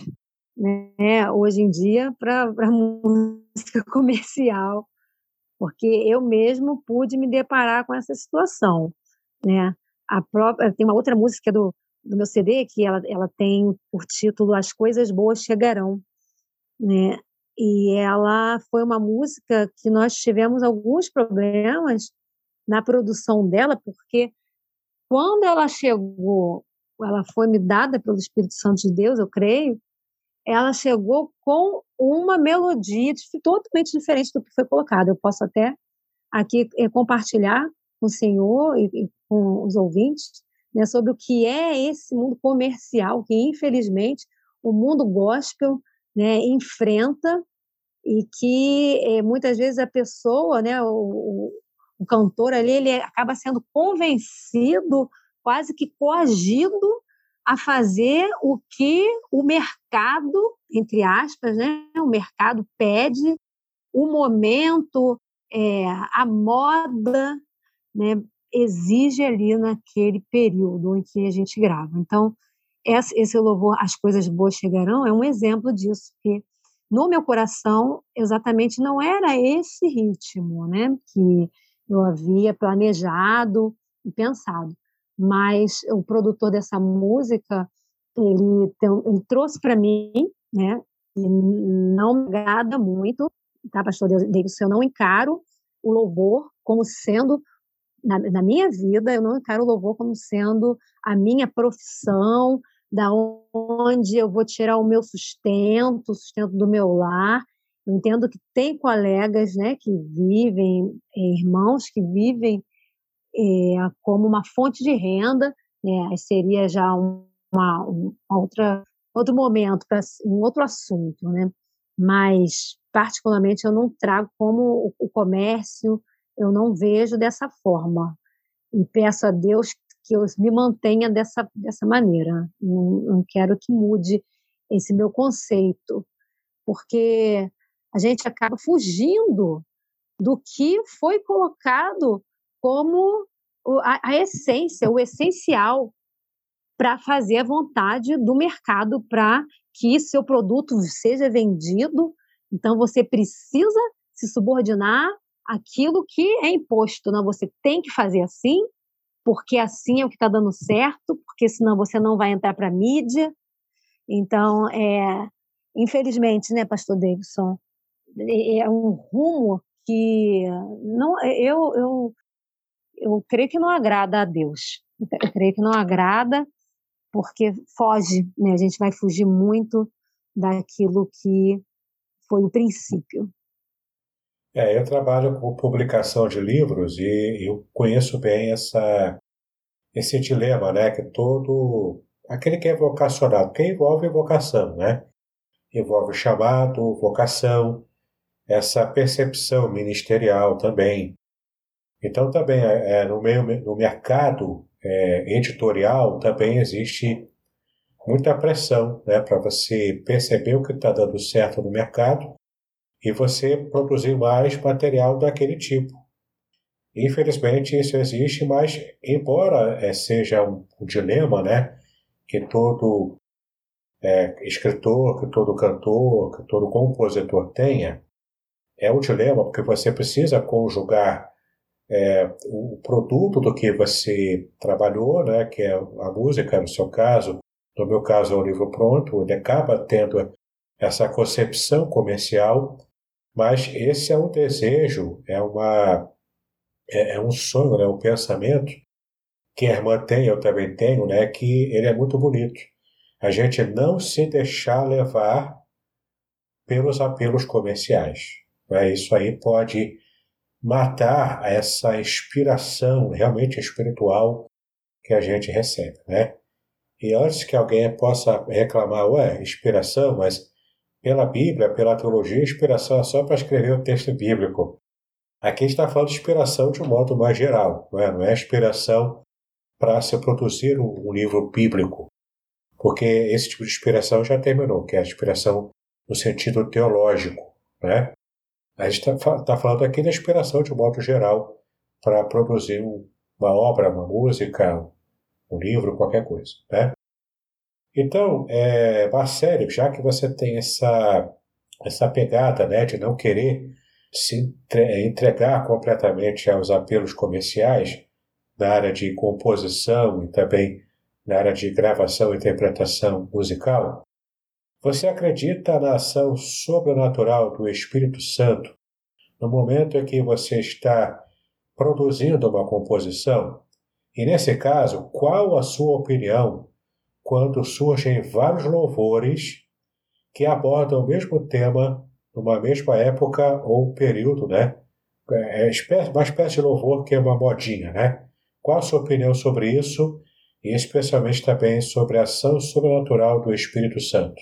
né, hoje em dia para música comercial, porque eu mesmo pude me deparar com essa situação, né? Tem uma outra música do meu CD que ela tem por título As Coisas Boas Chegarão, né? E ela foi uma música que nós tivemos alguns problemas na produção dela, porque quando ela chegou, ela foi me dada pelo Espírito Santo de Deus, eu creio, ela chegou com uma melodia totalmente diferente do que foi colocado. Eu posso até aqui compartilhar com o senhor e com os ouvintes, né, sobre o que é esse mundo comercial que, infelizmente, o mundo gospel, né, enfrenta e que muitas vezes a pessoa, né, o cantor ali, ele acaba sendo convencido, quase que coagido a fazer o que o mercado, entre aspas, né, o mercado pede, o momento, a moda, né, exige ali naquele período em que a gente grava. Então, esse louvor, As Coisas Boas Chegarão, é um exemplo disso, porque no meu coração exatamente não era esse ritmo, né, que eu havia planejado e pensado, mas o produtor dessa música, ele trouxe para mim, né, e não me agrada muito, tá, pastor Davidson, eu não encaro o louvor como sendo, na minha vida, eu não encaro o louvor como sendo a minha profissão, da onde eu vou tirar o meu sustento, o sustento do meu lar. Eu entendo que tem colegas, né, que vivem, irmãos que vivem como uma fonte de renda, né, aí seria já outro momento, um outro assunto, né? Mas, particularmente, eu não trago como o comércio, eu não vejo dessa forma. E peço a Deus que eu me mantenha dessa maneira. Não quero que mude esse meu conceito, porque a gente acaba fugindo do que foi colocado como a essência, o essencial para fazer a vontade do mercado, para que seu produto seja vendido. Então, você precisa se subordinar àquilo que é imposto. Não, você tem que fazer assim, porque assim é o que está dando certo, porque senão você não vai entrar para a mídia. Então, infelizmente, né, pastor Davidson, é um rumo que não, eu creio que não agrada a Deus. Eu creio que não agrada, porque foge, né? A gente vai fugir muito daquilo que foi o princípio. Eu trabalho com publicação de livros e eu conheço bem esse dilema, né? Que aquele que é vocacionado, que envolve vocação, né? Envolve chamado, vocação, essa percepção ministerial também. Então, também, no mercado editorial, também existe muita pressão, né, para você perceber o que está dando certo no mercado e você produzir mais material daquele tipo. Infelizmente, isso existe, mas, embora seja um dilema, né, que todo escritor, que todo cantor, que todo compositor tenha, é um dilema porque você precisa conjugar o produto do que você trabalhou, né, que é a música, no seu caso, no meu caso é o livro pronto, ele acaba tendo essa concepção comercial, mas esse é um desejo, é um sonho, né, um pensamento que a irmã tem, eu também tenho, né, que ele é muito bonito. A gente não se deixar levar pelos apelos comerciais. Né? Isso aí pode matar essa inspiração realmente espiritual que a gente recebe, né? E antes que alguém possa reclamar, inspiração, mas pela Bíblia, pela teologia, inspiração é só para escrever o texto bíblico. Aqui está falando de inspiração de um modo mais geral, não é inspiração para se produzir um livro bíblico, porque esse tipo de inspiração já terminou, que é a inspiração no sentido teológico, né? A gente está falando aqui da inspiração de um modo geral para produzir uma obra, uma música, um livro, qualquer coisa, né? Então, Marcelo, já que você tem essa pegada, né, de não querer se entregar completamente aos apelos comerciais na área de composição e também na área de gravação e interpretação musical, você acredita na ação sobrenatural do Espírito Santo no momento em que você está produzindo uma composição? E nesse caso, qual a sua opinião quando surgem vários louvores que abordam o mesmo tema numa mesma época ou período, né? Uma espécie de louvor que é uma modinha, né? Qual a sua opinião sobre isso e especialmente também sobre a ação sobrenatural do Espírito Santo?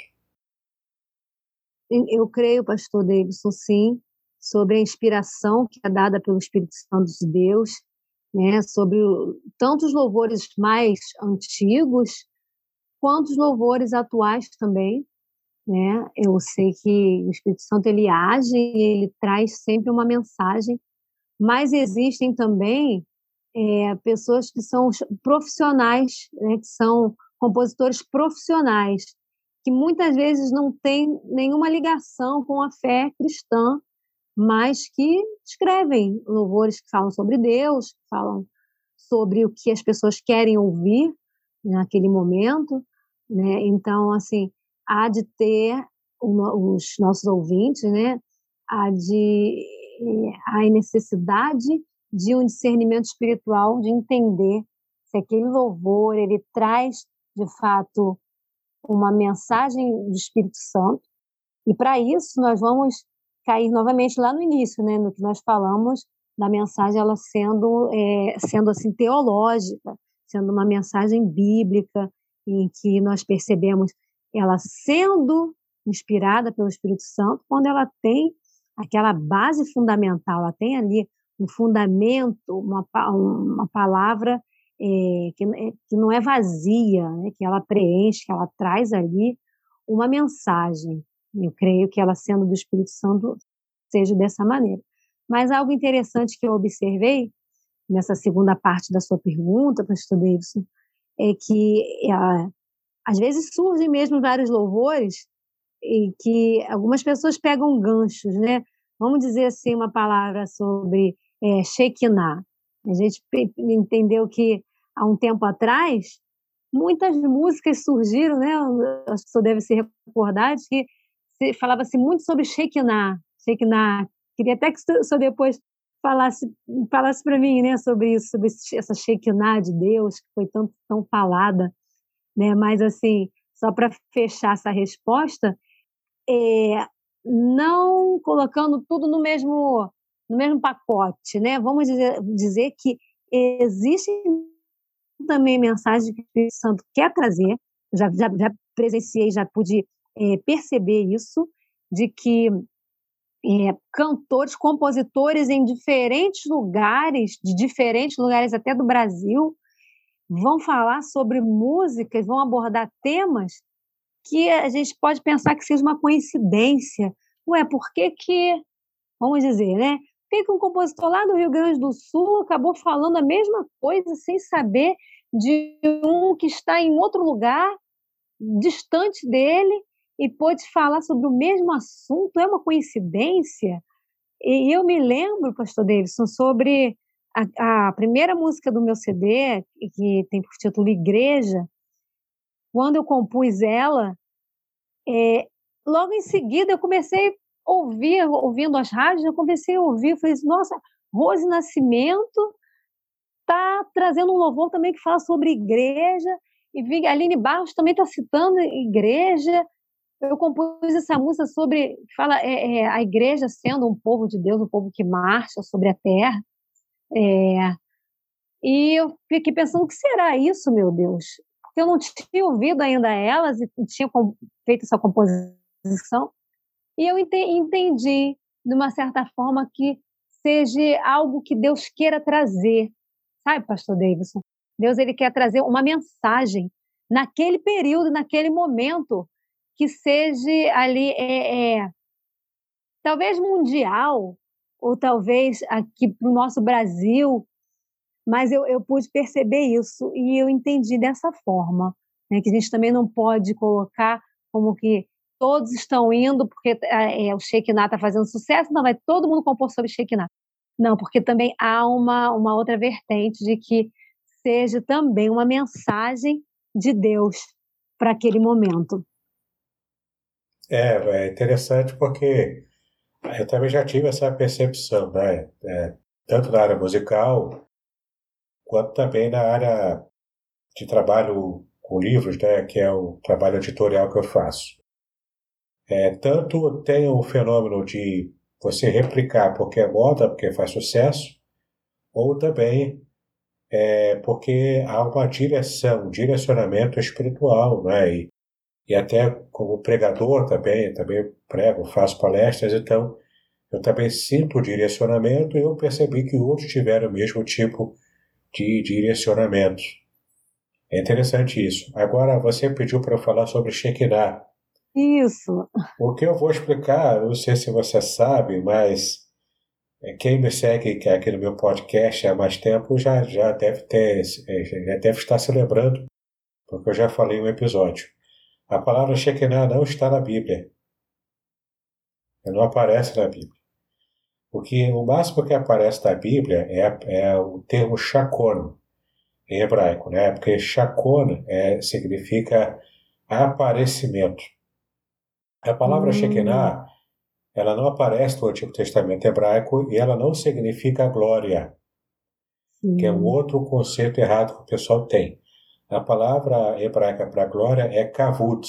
Eu creio, pastor Davidson, sim, sobre a inspiração que é dada pelo Espírito Santo de Deus, né, sobre tantos louvores mais antigos, quanto os louvores atuais também, né? Eu sei que o Espírito Santo ele age e ele traz sempre uma mensagem, mas existem também pessoas que são profissionais, né? Que são compositores profissionais, que muitas vezes não têm nenhuma ligação com a fé cristã, mas que escrevem louvores que falam sobre Deus, que falam sobre o que as pessoas querem ouvir naquele momento, né? Então, assim, há de ter os nossos ouvintes, né? Há necessidade de um discernimento espiritual, de entender se aquele louvor ele traz, de fato, uma mensagem do Espírito Santo. E para isso nós vamos cair novamente lá no início, né? No que nós falamos da mensagem ela sendo assim teológica, sendo uma mensagem bíblica, em que nós percebemos ela sendo inspirada pelo Espírito Santo, quando ela tem aquela base fundamental, ela tem ali um fundamento, uma palavra que não é vazia, né? Que ela preenche, que ela traz ali uma mensagem. Eu creio que ela sendo do Espírito Santo seja dessa maneira. Mas algo interessante que eu observei nessa segunda parte da sua pergunta, pastor Davidson, é que às vezes surgem mesmo vários louvores e que algumas pessoas pegam ganchos, né? Vamos dizer assim uma palavra sobre Shekinah. A gente entendeu que há um tempo atrás muitas músicas surgiram, né? Acho que o senhor deve se recordar de que falava-se muito sobre Shekinah. Queria até que o senhor depois falasse para mim, né, sobre isso, sobre essa Shekinah de Deus, que foi tão falada, né? Mas, assim, só para fechar essa resposta, não colocando tudo no mesmo pacote, né? Vamos dizer que existem também mensagens que o Espírito Santo quer trazer, já presenciei, já pude perceber isso, de que cantores, compositores em diferentes lugares, de diferentes lugares até do Brasil, vão falar sobre músicas, vão abordar temas que a gente pode pensar que seja uma coincidência. Ué, por que, vamos dizer, né? Por que um compositor lá do Rio Grande do Sul acabou falando a mesma coisa sem saber de um que está em outro lugar, distante dele, e pôde falar sobre o mesmo assunto? É uma coincidência? E eu me lembro, pastor Davidson, sobre a primeira música do meu CD, que tem por título Igreja. Quando eu compus ela, logo em seguida eu comecei a ouvir, ouvindo as rádios, eu comecei a ouvir, eu falei assim, nossa, Rose Nascimento está trazendo um louvor também que fala sobre igreja, e a Aline Barros também está citando igreja. Eu compus essa música sobre, fala a igreja sendo um povo de Deus, um povo que marcha sobre a terra. E eu fiquei pensando, o que será isso, meu Deus? Porque eu não tinha ouvido ainda elas e tinha feito essa composição. E eu entendi, de uma certa forma, que seja algo que Deus queira trazer. Sabe, pastor Davidson? Deus ele quer trazer uma mensagem naquele período, naquele momento, que seja ali, talvez mundial, ou talvez aqui para o nosso Brasil, mas eu pude perceber isso e eu entendi dessa forma, né, que a gente também não pode colocar como que todos estão indo porque o Shekinah está fazendo sucesso, não, vai todo mundo compor sobre Shekinah. Não, porque também há uma outra vertente de que seja também uma mensagem de Deus para aquele momento. É interessante porque eu também já tive essa percepção, né? Tanto na área musical, quanto também na área de trabalho com livros, né? Que é o trabalho editorial que eu faço. Tanto tem o fenômeno de você replicar porque é moda, porque faz sucesso, ou também porque há uma direcionamento espiritual, né? E até como pregador também prego, faço palestras, então eu também sinto o direcionamento e eu percebi que outros tiveram o mesmo tipo de direcionamento. É interessante isso. Agora, você pediu para eu falar sobre Shekinah. Isso. O que eu vou explicar, não sei se você sabe, mas quem me segue aqui no meu podcast há mais tempo já deve já deve estar se lembrando, porque eu já falei em um episódio. A palavra Shekinah não está na Bíblia. Não aparece na Bíblia. O máximo que aparece na Bíblia é o termo Shakon, em hebraico, né? Porque Shakon significa aparecimento. A palavra Shekinah, ela não aparece no Antigo Testamento hebraico e ela não significa glória, que é um outro conceito errado que o pessoal tem. A palavra hebraica para glória é kavud.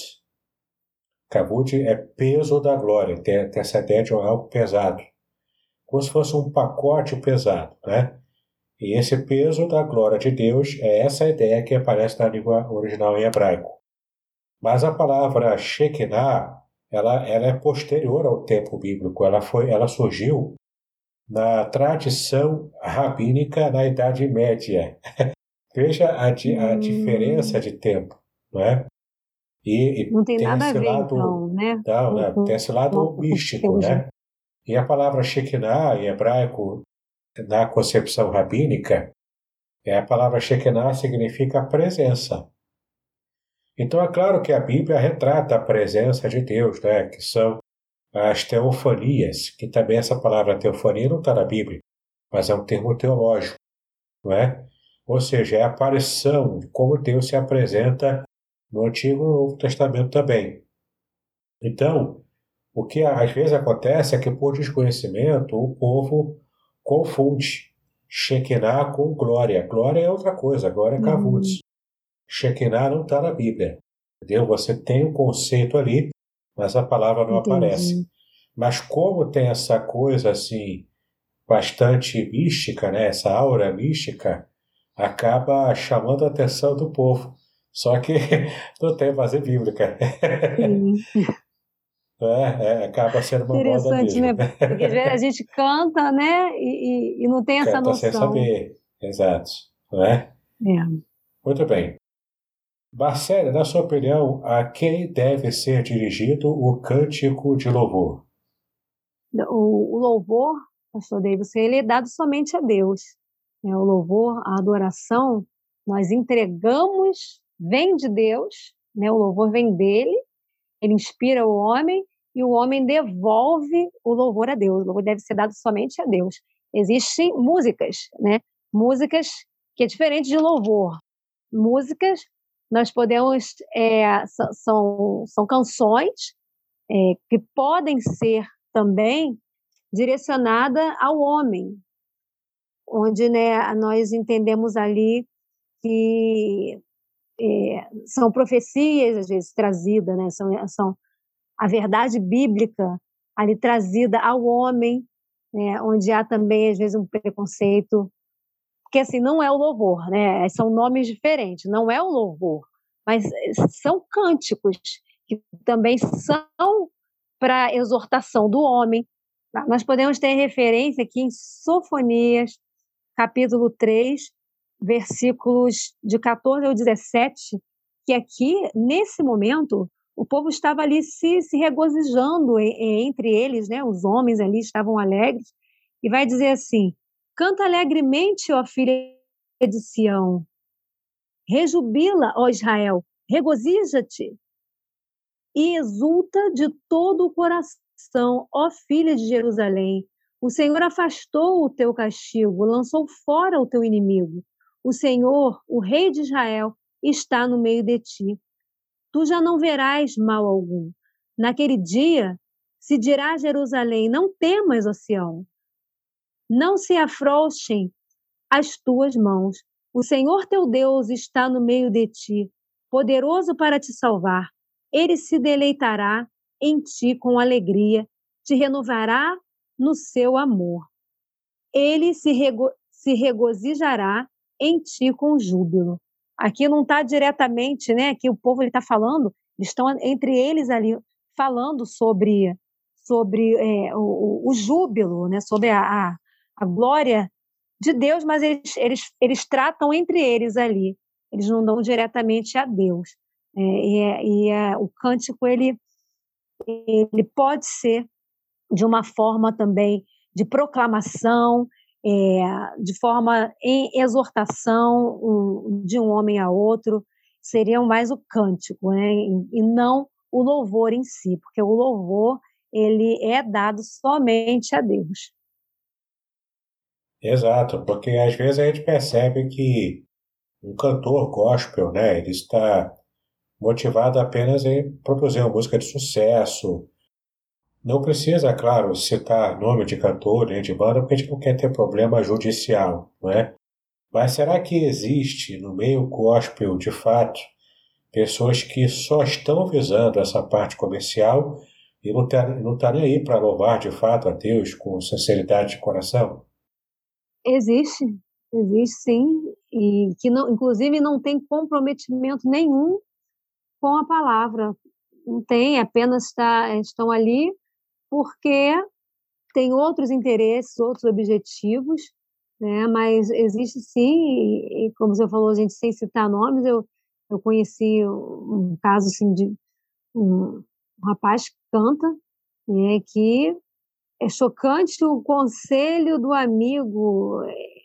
Kavud é peso da glória, tem essa ideia de algo pesado, como se fosse um pacote pesado, né? E esse peso da glória de Deus é essa ideia que aparece na língua original em hebraico. Mas a palavra Shekinah, ela é posterior ao tempo bíblico, ela surgiu na tradição rabínica na Idade Média. Veja a diferença de tempo, não é? E Não tem tem nada a esse ver, lado, então, né? não, tem esse lado místico, né? E a palavra Shekinah, em hebraico, na concepção rabínica, a palavra Shekinah significa presença. Então é claro que a Bíblia retrata a presença de Deus, né? Que são as teofanias, que também essa palavra teofania não está na Bíblia, mas é um termo teológico, não é? Ou seja, é a aparição de como Deus se apresenta no Antigo e no Novo Testamento também. Então, o que às vezes acontece é que, por desconhecimento, o povo confunde Shekinah com glória. Glória é outra coisa, glória é kavod. Shekinah não está na Bíblia. Entendeu? Você tem um conceito ali, mas a palavra não aparece. Mas como tem essa coisa assim, bastante mística, né? Essa aura mística, acaba chamando a atenção do povo. Só que não tem base bíblica. Acaba sendo uma moda Interessante, mesmo. né? Porque às vezes a gente canta, né? E não tem essa Canta sem noção. saber, exato. Não é? Muito bem. Marcelo, na sua opinião, a quem deve ser dirigido o cântico de louvor? O louvor, pastor Davidson, ele é dado somente a Deus. O louvor, a adoração, nós entregamos, vem de Deus, né? O louvor vem dele, ele inspira o homem e o homem devolve o louvor a Deus. O louvor deve ser dado somente a Deus. Existem músicas, né? Músicas que é diferente de louvor. Músicas, nós podemos, são canções que podem ser também direcionada ao homem, onde, né, nós entendemos ali que são profecias, às vezes, trazidas, né, são a verdade bíblica ali trazida ao homem, né, onde há também, às vezes, um preconceito, porque, assim, não é o louvor, né, são nomes diferentes, não é o louvor, mas são cânticos que também são para exortação do homem. Nós podemos ter referência aqui em Sofonias, capítulo 3, versículos de 14 ao 17, que aqui, nesse momento, o povo estava ali se regozijando entre eles, né? Os homens ali estavam alegres, e vai dizer assim: canta alegremente, ó filha de Sião, rejubila, ó Israel, regozija-te e exulta de todo o coração, ó filha de Jerusalém. O Senhor afastou o teu castigo, lançou fora o teu inimigo. O Senhor, o Rei de Israel, está no meio de ti. Tu já não verás mal algum. Naquele dia se dirá a Jerusalém: não temas, ó Sião, não se afrouxem as tuas mãos. O Senhor teu Deus está no meio de ti, poderoso para te salvar. Ele se deleitará em ti com alegria, te renovará no seu amor. Ele se regozijará em ti com júbilo. Aqui não está diretamente, né? Aqui o povo está falando, eles estão entre eles ali falando sobre o júbilo, né? Sobre a glória de Deus, mas eles tratam entre eles ali. eles não dão diretamente a Deus. O cântico, ele pode ser de uma forma também de proclamação, de forma em exortação de um homem a outro, seria mais o cântico, né? E não o louvor em si, porque o louvor ele é dado somente a Deus. Exato, porque às vezes a gente percebe que um cantor gospel, né, ele está motivado apenas em produzir uma música de sucesso. Não precisa, claro, citar nome de cantor nem de banda, porque a gente não quer ter problema judicial, não é? Mas será que existe no meio gospel, de fato, pessoas que só estão visando essa parte comercial e não tá nem aí para louvar de fato a Deus com sinceridade de coração? Existe, existe sim, e que não, inclusive não tem comprometimento nenhum com a palavra, não tem, apenas estão ali porque tem outros interesses, outros objetivos, né? Mas existe sim, e como você falou, a gente sem citar nomes, eu conheci um caso assim de um rapaz que canta, né, que é chocante o conselho do amigo,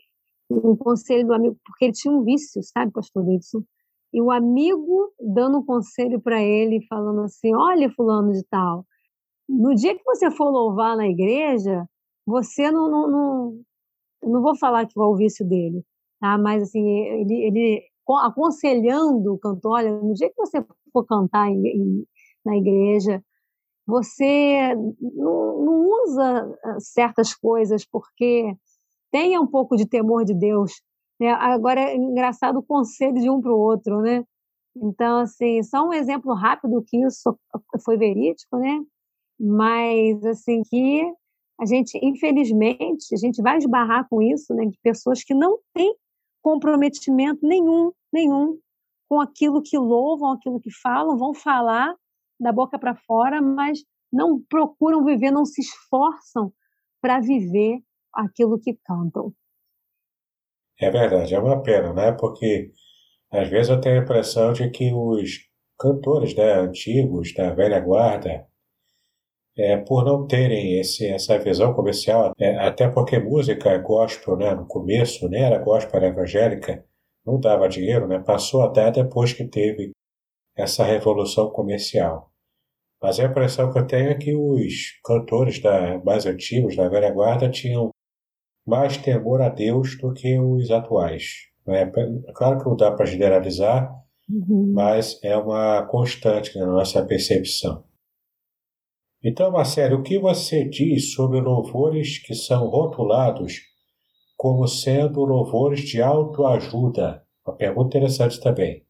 porque ele tinha um vício, sabe, pastor Davidson? E o amigo dando um conselho para ele, falando assim: olha, fulano de tal, no dia que você for louvar na igreja, você não vou falar que é o vício dele, tá? Mas assim, ele aconselhando o cantor: olha, no dia que você for cantar na igreja, você não usa certas coisas, porque tenha um pouco de temor de Deus, né? Agora é engraçado o conselho de um para o outro, né? Então, assim, só um exemplo rápido que isso foi verídico, né? Mas, assim, que a gente, infelizmente, a gente vai esbarrar com isso, né? De pessoas que não têm comprometimento nenhum com aquilo que louvam, aquilo que falam, vão falar da boca para fora, mas não procuram viver, não se esforçam para viver aquilo que cantam. É verdade, é uma pena, né? Porque às vezes eu tenho a impressão de que os cantores, né, antigos, da velha guarda, por não terem essa visão comercial, até porque música gospel, né, no começo, nem era gospel, era evangélica, não dava dinheiro, né? Passou a dar depois que teve essa revolução comercial. Mas a impressão que eu tenho é que os cantores mais antigos, da velha guarda, tinham mais temor a Deus do que os atuais. Né? Claro que não dá para generalizar, mas é uma constante na nossa percepção. Então, Marcelo, o que você diz sobre louvores que são rotulados como sendo louvores de autoajuda? Uma pergunta interessante também.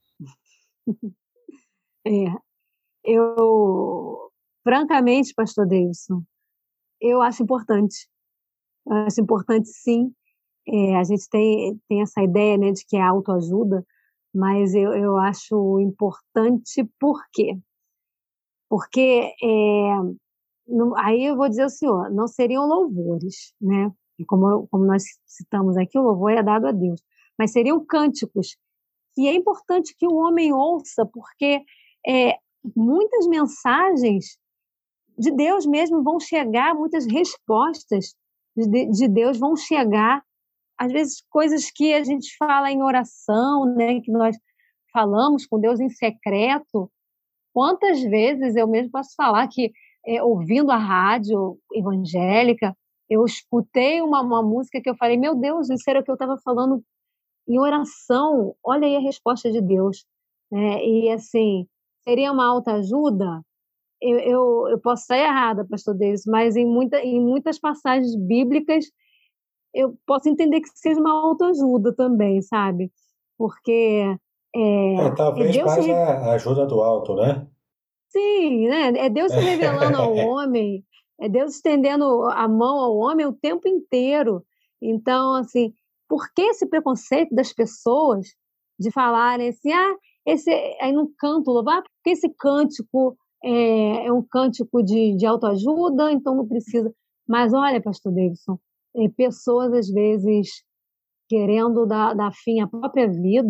Francamente, pastor Davidson, eu acho importante. Eu acho importante, sim. A gente tem essa ideia, né, de que é autoajuda, mas eu acho importante por quê? Porque, aí eu vou dizer ao senhor, não seriam louvores, né? E como nós citamos aqui, o louvor é dado a Deus, mas seriam cânticos, que é importante que o homem ouça, porque muitas mensagens de Deus mesmo vão chegar, muitas respostas de Deus vão chegar, às vezes coisas que a gente fala em oração, né, que nós falamos com Deus em secreto. Quantas vezes eu mesmo posso falar que, ouvindo a rádio evangélica, eu escutei uma música que eu falei: meu Deus, isso era o que eu estava falando em oração, olha aí a resposta de Deus, né? E assim, seria uma autoajuda? Eu posso estar errada, pastor Deus, mas em muitas passagens bíblicas eu posso entender que seja uma autoajuda também, sabe? Porque Talvez Deus mais a ajuda do alto, né? sim, né? É Deus se revelando ao homem, é Deus estendendo a mão ao homem o tempo inteiro. Então, assim, por que esse preconceito das pessoas de falarem assim: esse aí no canto louvar, porque esse cântico é um cântico de autoajuda, então não precisa. Mas olha, pastor Davidson, pessoas às vezes querendo dar fim à própria vida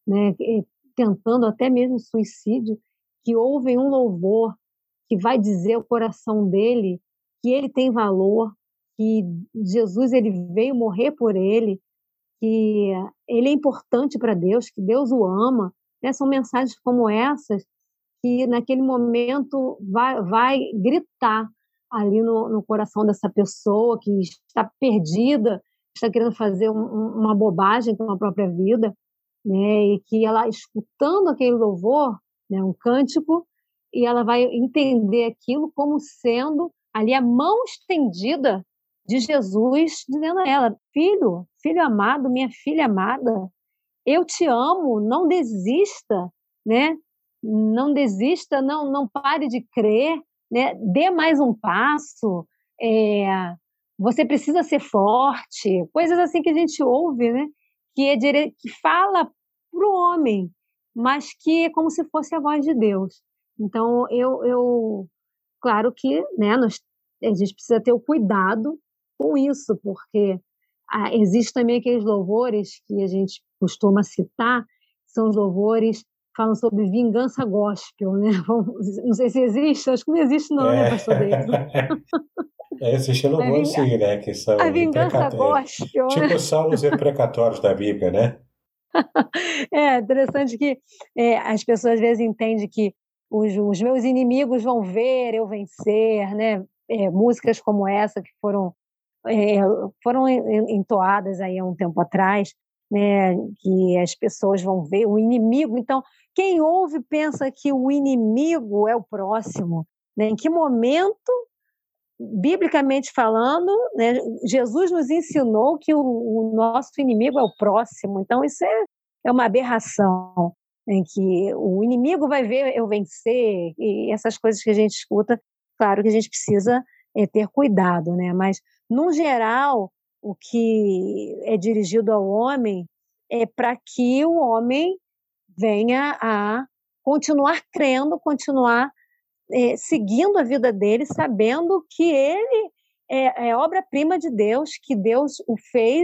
né, tentando até mesmo suicídio, que ouvem um louvor que vai dizer ao coração dele que ele tem valor, que Jesus ele veio morrer por ele, que ele é importante para Deus, que Deus o ama, né? São mensagens como essas que naquele momento vai gritar ali no coração dessa pessoa que está perdida, está querendo fazer uma bobagem com a própria vida, né? E que ela, escutando aquele louvor, né, um cântico, e ela vai entender aquilo como sendo ali a mão estendida de Jesus, dizendo a ela: filho, filho amado, minha filha amada, eu te amo, não desista, né? Não desista, não pare de crer, né? Dê mais um passo, você precisa ser forte, coisas assim que a gente ouve, né? Que fala para o homem, mas que é como se fosse a voz de Deus. Então, claro que, né, a gente precisa ter o cuidado com isso, porque existe também aqueles louvores que a gente costuma citar, são os louvores que falam sobre vingança gospel, né? Não sei se existe, acho que não existe não, né, pastor David? Existe louvor sim, né? Que são a vingança gospel, tipo né? salmos imprecatórios da Bíblia, né? É interessante que as pessoas às vezes entendem que os meus inimigos vão ver eu vencer, né? Músicas como essa que foram entoadas aí há um tempo atrás, né? Que as pessoas vão ver o inimigo. Então, quem ouve pensa que o inimigo é o próximo, né? Em que momento, biblicamente falando, né, Jesus nos ensinou que o nosso inimigo é o próximo. Então, isso é uma aberração, em que o inimigo vai ver eu vencer, e essas coisas que a gente escuta, claro que a gente precisa ter cuidado, né? Mas, no geral, o que é dirigido ao homem é para que o homem venha a continuar crendo, continuar seguindo a vida dele, sabendo que ele é obra-prima de Deus, que Deus o fez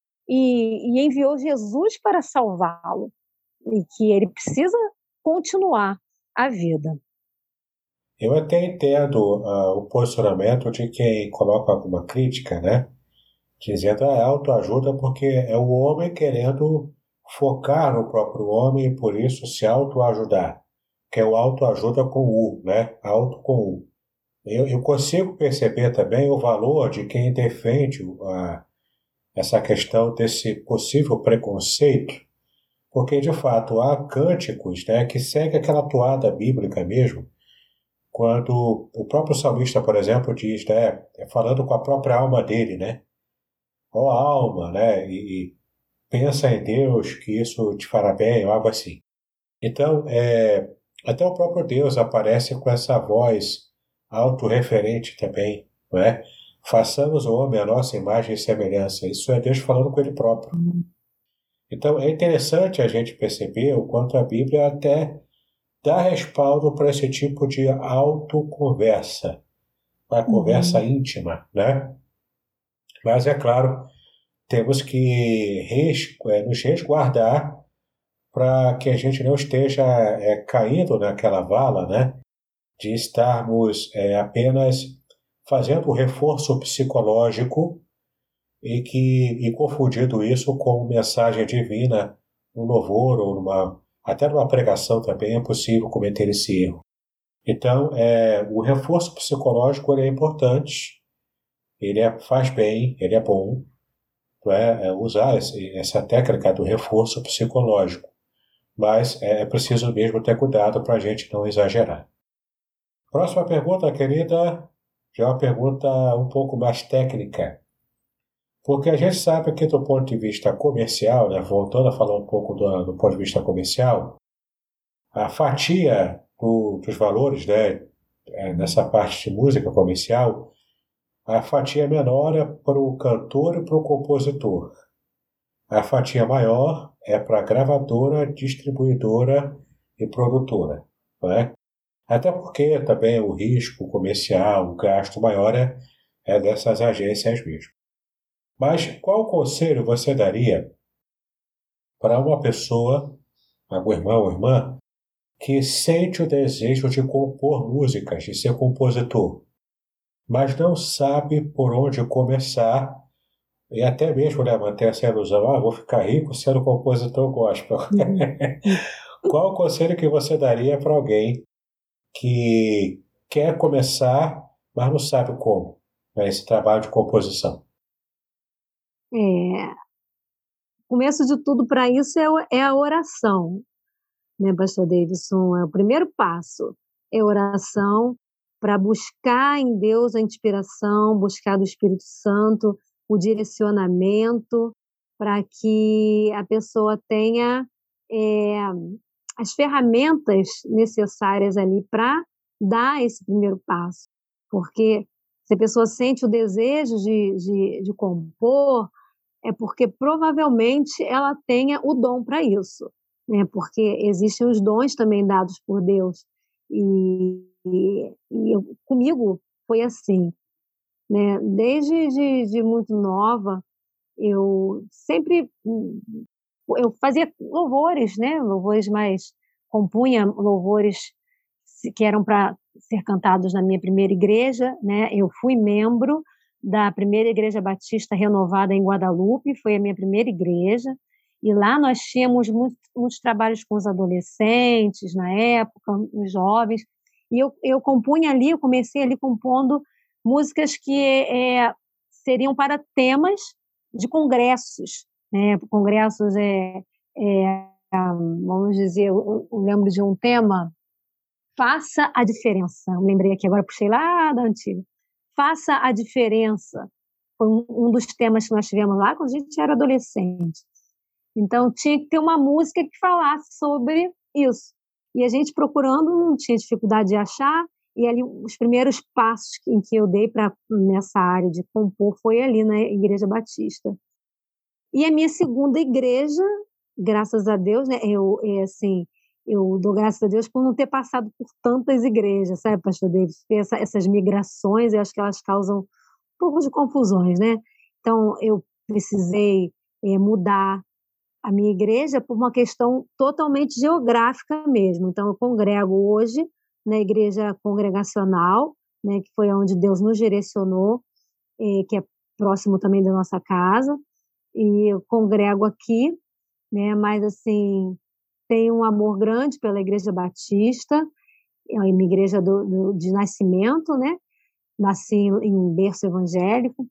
e enviou Jesus para salvá-lo, e que ele precisa continuar a vida. Eu até entendo o posicionamento de quem coloca alguma crítica, né? Dizendo a autoajuda porque é o homem querendo focar no próprio homem e por isso se autoajudar, que é o autoajuda com U, né? Auto com U. Eu consigo perceber também o valor de quem defende essa questão desse possível preconceito, porque de fato há cânticos, né, que seguem aquela toada bíblica mesmo, quando o próprio salmista, por exemplo, diz, né, falando com a própria alma dele, né, ó alma, né, e pensa em Deus que isso te fará bem, ou algo assim. Então, até o próprio Deus aparece com essa voz autorreferente também, não é? Façamos o homem a nossa imagem e semelhança. Isso é Deus falando com ele próprio. Então, é interessante a gente perceber o quanto a Bíblia até dá respaldo para esse tipo de autoconversa, uma conversa íntima, né? Mas, é claro, temos que nos resguardar para que a gente não esteja caindo naquela vala, né? De estarmos apenas fazendo o reforço psicológico e confundindo isso com mensagem divina, um louvor ou até numa pregação também é possível cometer esse erro. Então, o reforço psicológico ele é importante, ele faz bem, ele é bom, usar essa técnica do reforço psicológico, mas é preciso mesmo ter cuidado para a gente não exagerar. Próxima pergunta, querida, já é uma pergunta um pouco mais técnica. Porque a gente sabe que do ponto de vista comercial, né, voltando a falar um pouco do ponto de vista comercial, a fatia dos valores, né, nessa parte de música comercial, a fatia menor é para o cantor e para o compositor. A fatia maior é para a gravadora, distribuidora e produtora, não é? Até porque também o risco comercial, o gasto maior é dessas agências mesmo. Mas qual conselho você daria para uma pessoa algum irmão ou irmã que sente o desejo de compor músicas, de ser compositor, mas não sabe por onde começar e até mesmo, né, manter essa ilusão, vou ficar rico sendo compositor gospel. Qual o conselho que você daria para alguém que quer começar, mas não sabe como, né, esse trabalho de composição? Começo de tudo para isso é a oração, né, Pastor Davidson? É o primeiro passo, é oração para buscar em Deus a inspiração, buscar do Espírito Santo o direcionamento, para que a pessoa tenha as ferramentas necessárias ali para dar esse primeiro passo. Porque se a pessoa sente o desejo de compor, é porque provavelmente ela tenha o dom para isso, né? Porque existem os dons também dados por Deus. Comigo foi assim, né? Desde de muito nova, eu sempre eu fazia louvores, né? Louvores mais compunha louvores que eram para ser cantados na minha primeira igreja, né? Eu fui membro da primeira igreja batista renovada em Guadalupe, foi a minha primeira igreja, e lá nós tínhamos muitos trabalhos com os adolescentes na época, os jovens, e eu compunha ali, eu comecei ali compondo músicas que seriam para temas de congressos, né? Congressos, vamos dizer, eu lembro de um tema, faça a diferença. Eu lembrei aqui, agora puxei lá da antiga. Faça a diferença. Foi um dos temas que nós tivemos lá quando a gente era adolescente. Então, tinha que ter uma música que falasse sobre isso. E a gente procurando, não tinha dificuldade de achar, e ali os primeiros passos em que eu dei nessa área de compor foi ali na Igreja Batista. E a minha segunda igreja, graças a Deus, né, eu dou graças a Deus por não ter passado por tantas igrejas, sabe, Pastor Davis? Essas migrações, eu acho que elas causam um pouco de confusões, né? Então, eu precisei mudar a minha igreja por uma questão totalmente geográfica mesmo. Então, eu congrego hoje na igreja congregacional, né, que foi onde Deus nos direcionou, que é próximo também da nossa casa, e eu congrego aqui, né, mas assim, tenho um amor grande pela Igreja Batista, é uma igreja de nascimento, né? Nasci em berço evangélico,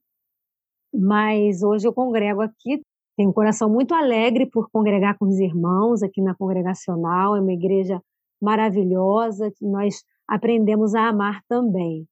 mas hoje eu congrego aqui, tenho um coração muito alegre por congregar com os irmãos aqui na Congregacional, é uma igreja maravilhosa, que nós aprendemos a amar também.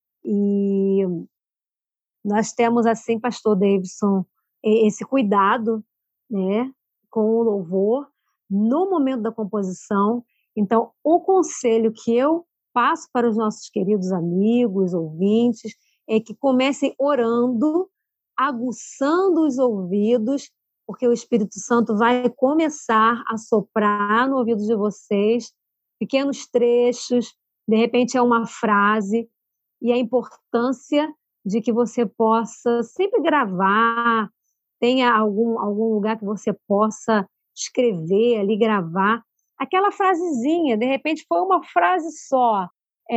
E nós temos, assim, Pastor Davidson, esse cuidado, né, com o louvor, no momento da composição. Então, o conselho que eu passo para os nossos queridos amigos, ouvintes, é que comecem orando, aguçando os ouvidos, porque o Espírito Santo vai começar a soprar no ouvido de vocês, pequenos trechos, de repente é uma frase, e a importância de que você possa sempre gravar, tenha algum lugar que você possa escrever ali, gravar, aquela frasezinha, de repente foi uma frase só.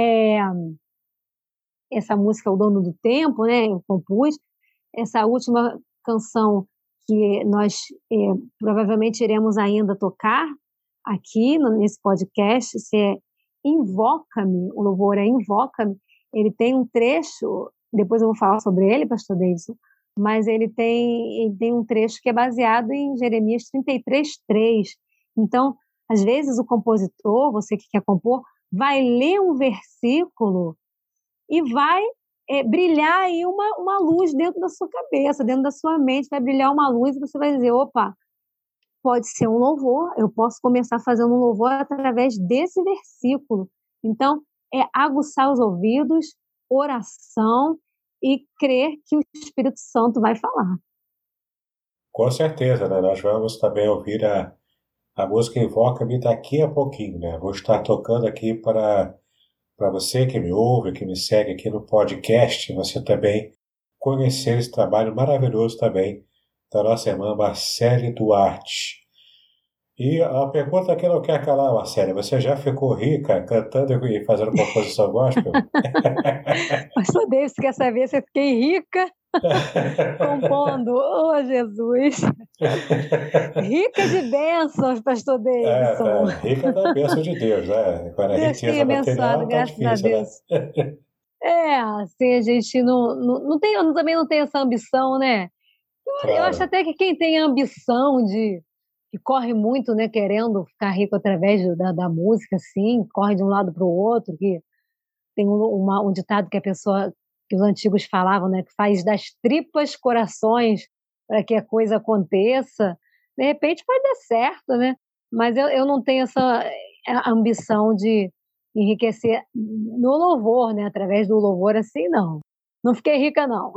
Essa música, O Dono do Tempo, né, eu compus, essa última canção que nós provavelmente iremos ainda tocar aqui nesse podcast, se é Invoca-me, o louvor é Invoca-me, ele tem um trecho, depois eu vou falar sobre ele, Pastor Davidson, mas ele tem um trecho que é baseado em Jeremias 33:3. Então, às vezes o compositor, você que quer compor, vai ler um versículo e vai brilhar aí uma luz dentro da sua cabeça, dentro da sua mente, vai brilhar uma luz e você vai dizer, opa, pode ser um louvor, eu posso começar fazendo um louvor através desse versículo. Então, é aguçar os ouvidos, oração e crer que o Espírito Santo vai falar. Com certeza, né? Nós vamos também ouvir a música Invoca-me daqui a pouquinho, né? Vou estar tocando aqui para você que me ouve, que me segue aqui no podcast, você também conhecer esse trabalho maravilhoso também da nossa irmã Marcele Duarte. E a pergunta que não quer calar, Marcelo, você já ficou rica cantando e fazendo composição gospel? Pastor Davis, quer saber se eu fiquei rica compondo? Oh, Jesus! Rica de bênçãos, Pastor Davidson. Rica da bênção de Deus, né? Agora, a Deus tem riqueza abençoado, material tá graças a difícil, né? Deus. Assim, a gente não tem, eu também não tenho essa ambição, né? Eu acho Claro. até que quem tem a ambição que corre muito, né, querendo ficar rico através da música, assim, corre de um lado para o outro, que tem um ditado que os antigos falavam, né, que faz das tripas corações para que a coisa aconteça. De repente pode dar certo, né? Mas eu não tenho essa ambição de enriquecer no louvor, né? Através do louvor, assim, não. Não fiquei rica, não.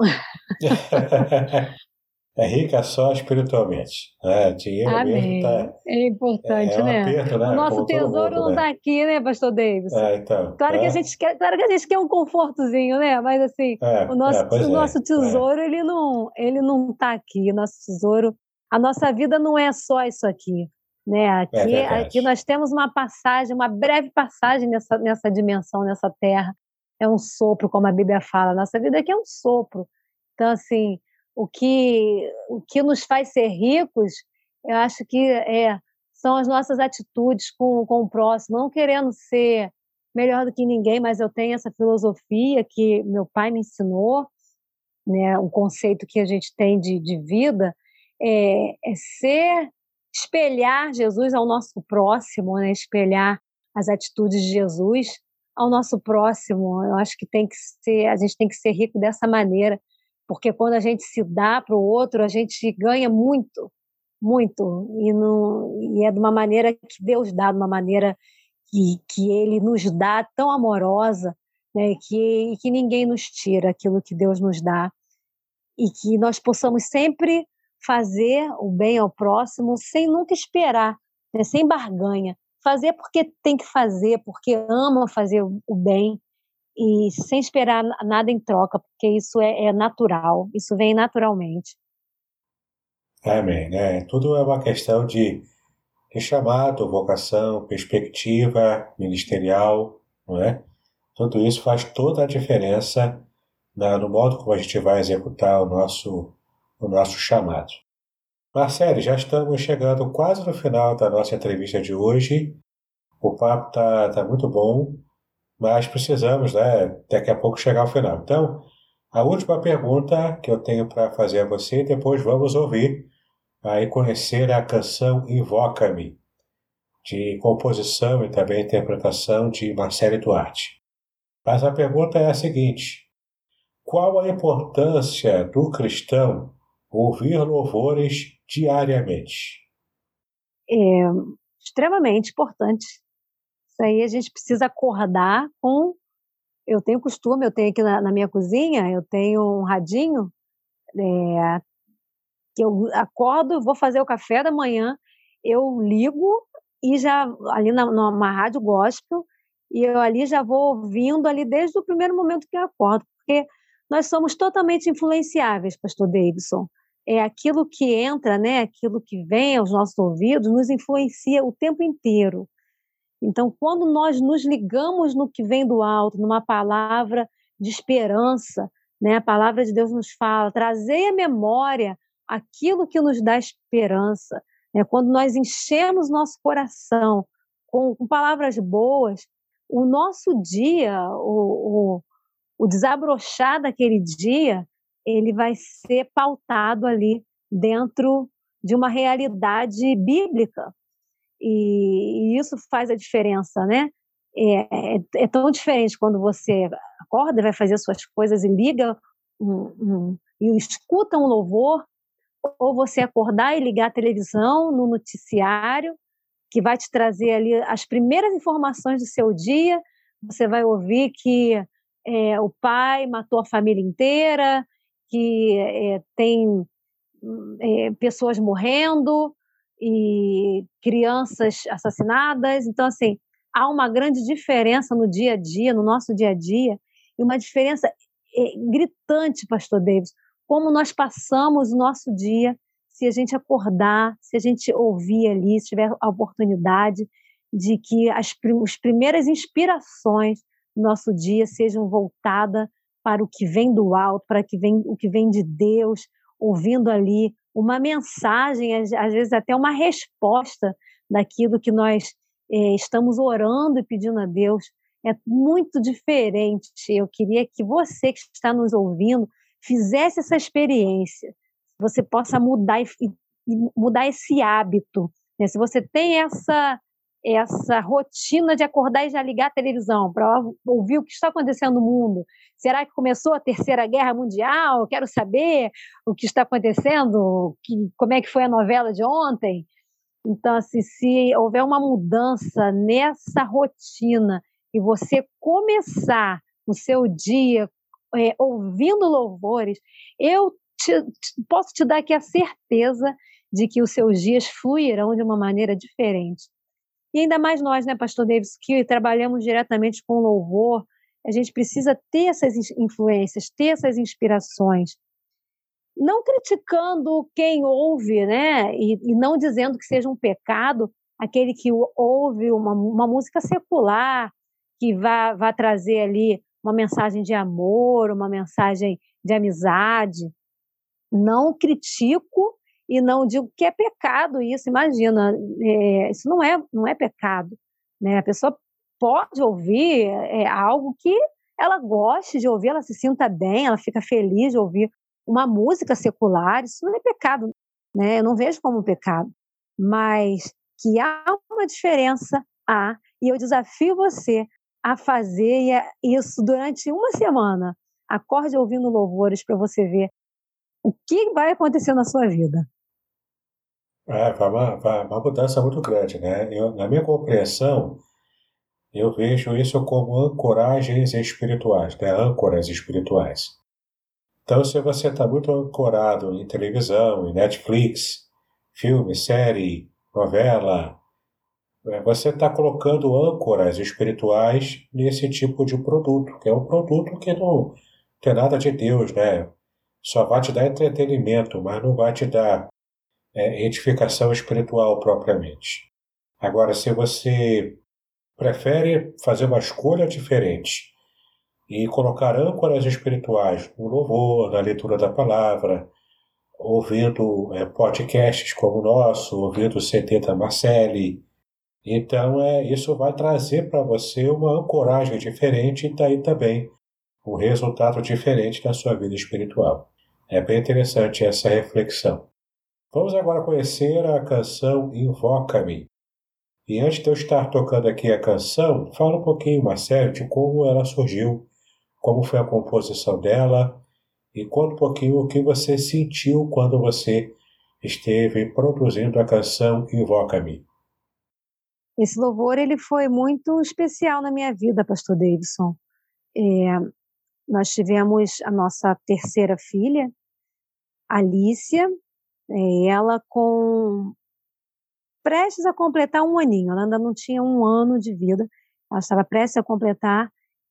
É rica só espiritualmente, né? Dinheiro mesmo Amém. É é importante, um né? aperto, O né? nosso Como todo tesouro mundo, não né? está aqui, né, Pastor Davidson? Então, né? Claro que a gente quer um confortozinho, né? Mas assim, o Pois nosso é, tesouro, ele não está aqui. O nosso tesouro, a nossa vida não é só isso aqui, né? é Aqui verdade. nós temos uma passagem, uma breve passagem nessa dimensão, nessa terra. É um sopro, como a Bíblia fala. Nossa vida aqui é um sopro. Então, assim, o que nos faz ser ricos, eu acho que são as nossas atitudes com o próximo, não querendo ser melhor do que ninguém, mas eu tenho essa filosofia que meu pai me ensinou, né, um conceito que a gente tem de vida, espelhar Jesus ao nosso próximo, né, espelhar as atitudes de Jesus ao nosso próximo. Eu acho que a gente tem que ser rico dessa maneira, porque quando a gente se dá para o outro, a gente ganha muito, muito, e é de uma maneira que Deus dá, de uma maneira que Ele nos dá tão amorosa, né, e que ninguém nos tira aquilo que Deus nos dá, e que nós possamos sempre fazer o bem ao próximo sem nunca esperar, né, sem barganha. Fazer porque tem que fazer, porque ama fazer o bem e sem esperar nada em troca, porque isso é natural, isso vem naturalmente. Amém, né? Tudo é uma questão de chamado, vocação, perspectiva ministerial, não é? Tudo isso faz toda a diferença no modo como a gente vai executar o nosso chamado. Marcelo, já estamos chegando quase no final da nossa entrevista de hoje. O papo tá muito bom, mas precisamos, né, daqui a pouco chegar ao final. Então, a última pergunta que eu tenho para fazer a você, depois vamos ouvir, aí conhecer a canção Invoca-me, de composição e também interpretação de Marcelo Duarte. Mas a pergunta é a seguinte: qual a importância do cristão ouvir louvores diariamente? É extremamente importante. Isso aí a gente precisa acordar com. Eu tenho costume, eu tenho aqui na minha cozinha, eu tenho um radinho, é, que eu acordo, vou fazer o café da manhã, eu ligo e já ali numa rádio gospel, e eu ali já vou ouvindo ali desde o primeiro momento que eu acordo, porque nós somos totalmente influenciáveis, Pastor Davidson. É aquilo que entra, né, aquilo que vem aos nossos ouvidos, nos influencia o tempo inteiro. Então, quando nós nos ligamos no que vem do alto, numa palavra de esperança, né, a palavra de Deus nos fala, trazei à memória aquilo que nos dá esperança, né? Quando nós enchemos nosso coração com palavras boas, o nosso dia, o desabrochar daquele dia, ele vai ser pautado ali dentro de uma realidade bíblica. E isso faz a diferença, né? É tão diferente quando você acorda, vai fazer suas coisas e liga e escuta um louvor, ou você acordar e ligar a televisão no noticiário, que vai te trazer ali as primeiras informações do seu dia. Você vai ouvir que o pai matou a família inteira, que tem pessoas morrendo e crianças assassinadas. Então, assim, há uma grande diferença no dia a dia, no nosso dia a dia, e uma diferença gritante, Pastor Davis, como nós passamos o nosso dia se a gente acordar, se a gente ouvir ali, se tiver a oportunidade de que as primeiras inspirações do nosso dia sejam voltadas para o que vem do alto, para o que vem de Deus, ouvindo ali uma mensagem, às vezes até uma resposta daquilo que nós estamos orando e pedindo a Deus. É muito diferente. Eu queria que você que está nos ouvindo fizesse essa experiência, você possa mudar e mudar esse hábito, né? Se você tem essa rotina de acordar e já ligar a televisão para ouvir o que está acontecendo no mundo. Será que começou a Terceira Guerra Mundial? Eu quero saber o que está acontecendo, como é que foi a novela de ontem. Então, assim, se houver uma mudança nessa rotina e você começar o seu dia ouvindo louvores, eu posso te dar aqui a certeza de que os seus dias fluirão de uma maneira diferente. E ainda mais nós, né, Pastor Davis, que trabalhamos diretamente com louvor, a gente precisa ter essas influências, ter essas inspirações. Não criticando quem ouve, né, e não dizendo que seja um pecado aquele que ouve uma música secular, que vá trazer ali uma mensagem de amor, uma mensagem de amizade. Não critico e não digo que é pecado isso, imagina, isso não é pecado, né? A pessoa pode ouvir algo que ela goste de ouvir, ela se sinta bem, ela fica feliz de ouvir uma música secular, isso não é pecado, né? Eu não vejo como pecado, mas que há uma diferença, e eu desafio você a fazer isso durante uma semana. Acorde ouvindo louvores para você ver o que vai acontecer na sua vida. Vai uma mudança muito grande, né? Na minha compreensão, eu vejo isso como ancoragens espirituais, né? Âncoras espirituais. Então, se você está muito ancorado em televisão, em Netflix, filme, série, novela, você está colocando âncoras espirituais nesse tipo de produto, que é um produto que não tem nada de Deus, né? Só vai te dar entretenimento, mas não vai te dar edificação espiritual propriamente. Agora, se você prefere fazer uma escolha diferente e colocar âncoras espirituais no louvor, na leitura da palavra, ouvindo podcasts como o nosso, ouvindo o CT da Marcele, então isso vai trazer para você uma ancoragem diferente e daí também um resultado diferente na sua vida espiritual. É bem interessante essa reflexão. Vamos agora conhecer a canção Invoca-me. E antes de eu estar tocando aqui a canção, fala um pouquinho, Marcelo, de como ela surgiu, como foi a composição dela, e conta um pouquinho o que você sentiu quando você esteve produzindo a canção Invoca-me. Esse louvor ele foi muito especial na minha vida, Pastor Davidson. Nós tivemos a nossa terceira filha, Alícia, ela prestes a completar 1 aninho, ela ainda não tinha 1 ano de vida, ela estava prestes a completar,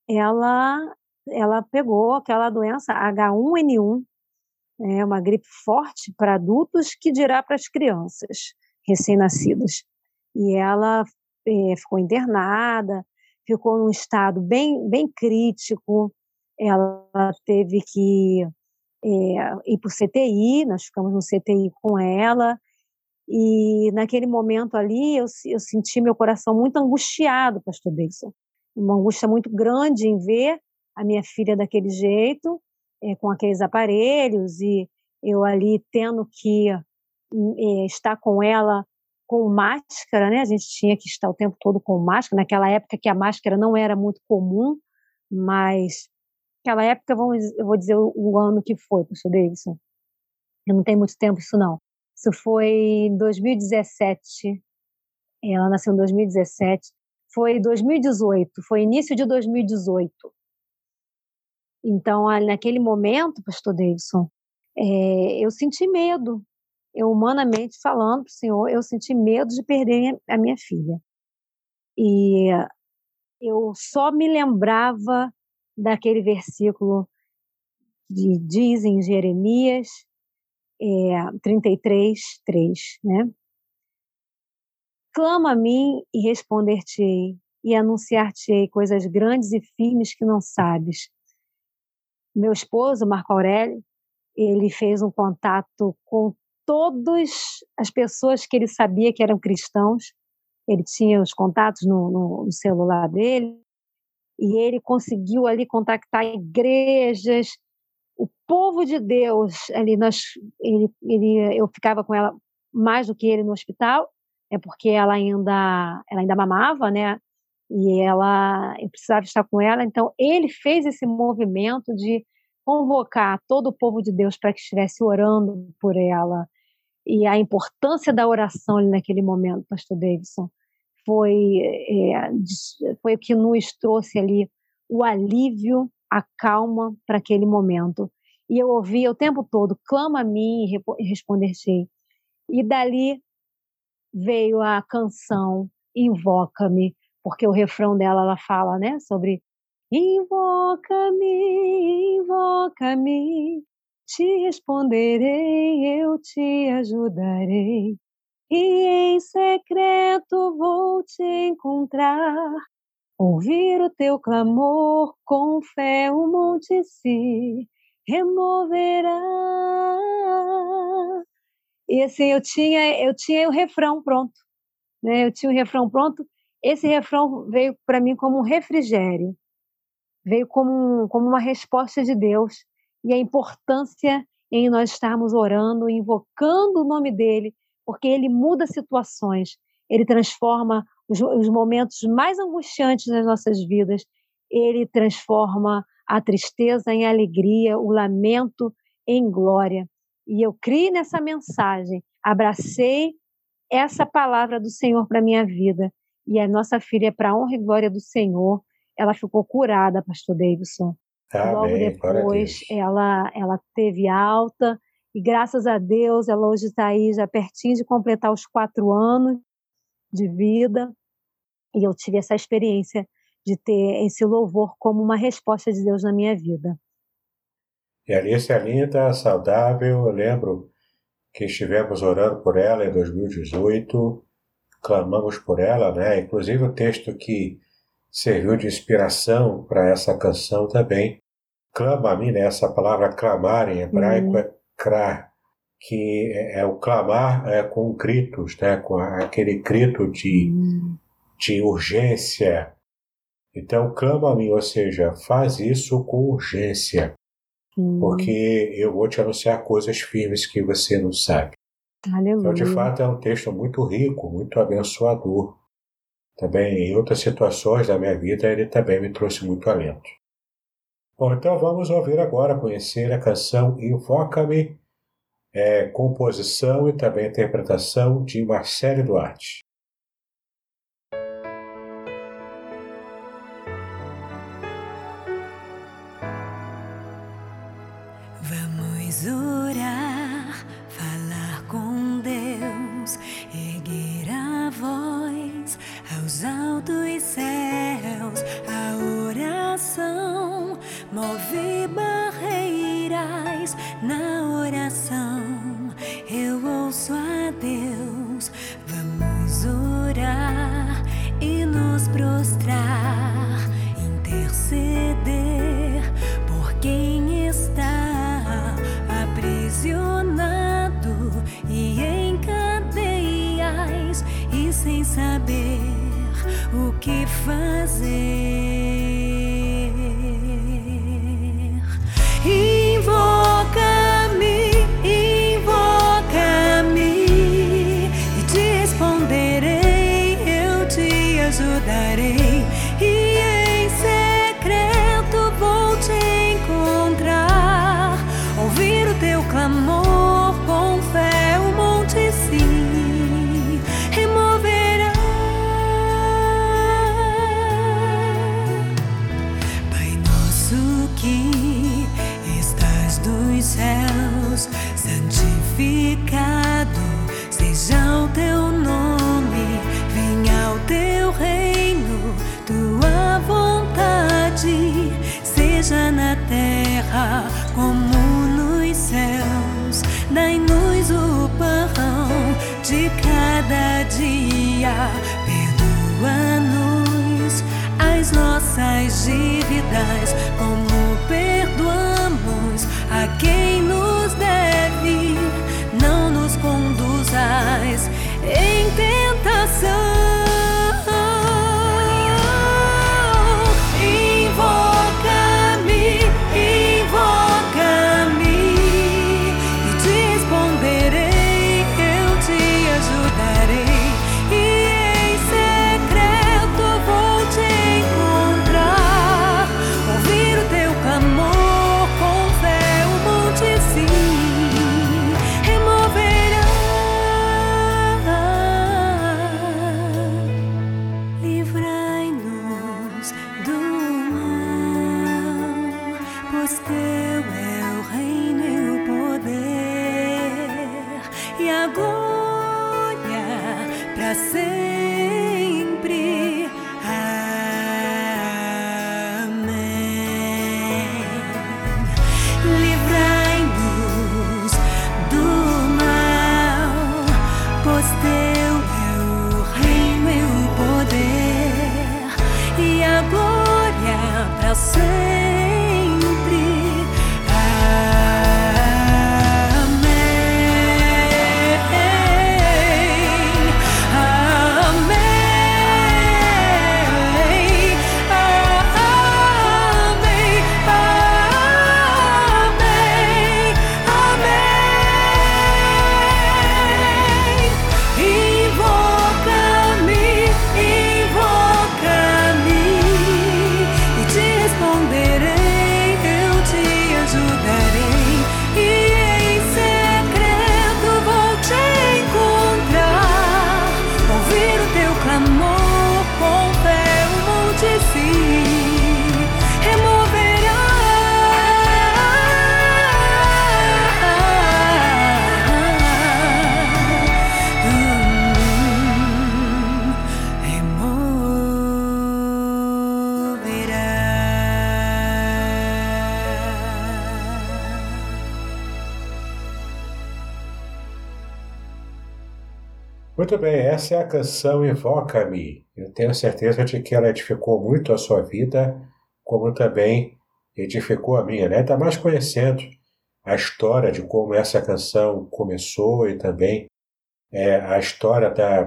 ela pegou aquela doença H1N1, uma gripe forte para adultos, que dirá para as crianças recém-nascidas. E ela ficou internada, ficou num estado bem, bem crítico, ela teve que ir para o CTI, nós ficamos no CTI com ela, e naquele momento ali eu senti meu coração muito angustiado, Pastor Davidson, uma angústia muito grande em ver a minha filha daquele jeito, com aqueles aparelhos, e eu ali tendo que estar com ela com máscara, né? A gente tinha que estar o tempo todo com máscara, naquela época que a máscara não era muito comum, mas naquela época, eu vou dizer o ano que foi, Pastor Davidson, eu não tenho muito tempo isso não, isso foi em 2017, ela nasceu em 2017, foi 2018, foi início de 2018, então naquele momento, Pastor Davidson, eu senti medo, humanamente falando para o Senhor, eu senti medo de perder a minha filha. E eu só me lembrava daquele versículo diz em Jeremias 33:3, né? Clama a mim e responder-te-ei, e anunciar-te-ei coisas grandes e firmes que não sabes. Meu esposo, Marco Aurélio, ele fez um contato com todas as pessoas que ele sabia que eram cristãos. Ele tinha os contatos no celular dele, e ele conseguiu ali contactar igrejas, o povo de Deus. Ali eu ficava com ela mais do que ele no hospital, porque ela ainda mamava, né? E eu precisava estar com ela. Então ele fez esse movimento de convocar todo o povo de Deus para que estivesse orando por ela. E a importância da oração ali naquele momento, pastor Davidson, foi o que nos trouxe ali o alívio, a calma para aquele momento. E eu ouvia o tempo todo: clama a mim e responder-te-ei. E dali veio a canção Invoca-me, porque o refrão dela, ela fala, né, sobre invoca-me, invoca-me, te responderei, eu te ajudarei, e em secreto vou te encontrar, ouvir o teu clamor, com fé o monte se removerá. E assim, eu tinha o refrão pronto, né? Eu tinha o refrão pronto. Esse refrão veio para mim como um refrigério, veio como uma resposta de Deus, e a importância em nós estarmos orando, invocando o nome dele, porque ele muda situações, ele transforma os momentos mais angustiantes das nossas vidas, ele transforma a tristeza em alegria, o lamento em glória. E eu criei nessa mensagem, abracei essa palavra do Senhor para a minha vida, e a nossa filha, para a honra e glória do Senhor, ela ficou curada, pastor Davidson. Amém. Logo depois ela teve alta, e graças a Deus ela hoje está aí já pertinho de completar os 4 anos de vida, e eu tive essa experiência de ter esse louvor como uma resposta de Deus na minha vida. E a Alice é linda, saudável. Eu lembro que estivemos orando por ela em 2018, clamamos por ela, né? Inclusive o texto que serviu de inspiração para essa canção também, clama a mim, né? Essa palavra clamar em hebraico é kra, que é o clamar com gritos, né? Com aquele grito de urgência. Então clama a mim, ou seja, faz isso com urgência, porque eu vou te anunciar coisas firmes que você não sabe. Aleluia. Então, de fato, é um texto muito rico, muito abençoador. Também, em outras situações da minha vida, ele também me trouxe muito alento. Bom, então vamos ouvir agora, conhecer a canção Invoca-me, composição e também interpretação de Marcele Duarte. Vamos orar, falar com Deus, erguer a voz aos altos céus. A oração move barreiras. Na oração eu ouço a Deus. Vamos orar e nos prostrar, interceder por quem está aprisionado e em cadeias e sem saber o que fazer. Invoca-me, invoca-me, e te responderei, eu te ajudarei, e em secreto vou te encontrar, ouvir o teu clamor, com fé o monte se removerá. Pai nosso que estás dos céus, santificado seja o teu nome, venha o teu reino, tua vontade seja na terra como nos céus. Dai-nos perdas, como perdoamos a quem nos deve. Não nos conduzas em tentação. Invoca-me, invoca-me, e te responderei, eu te ajudarei. E em secreto vou te encontrar, ouvir o teu clamor, com fé o monte sim removerá. Livrai-nos do mal, pois teu é o reino e o poder e a glória para sempre. Amém. Livrai-nos do mal, pois teu é o reino e o poder e a glória para sempre. Muito bem, essa é a canção Invoca-me. Eu tenho certeza de que ela edificou muito a sua vida, como também edificou a minha, né? Está mais conhecendo a história de como essa canção começou e também a história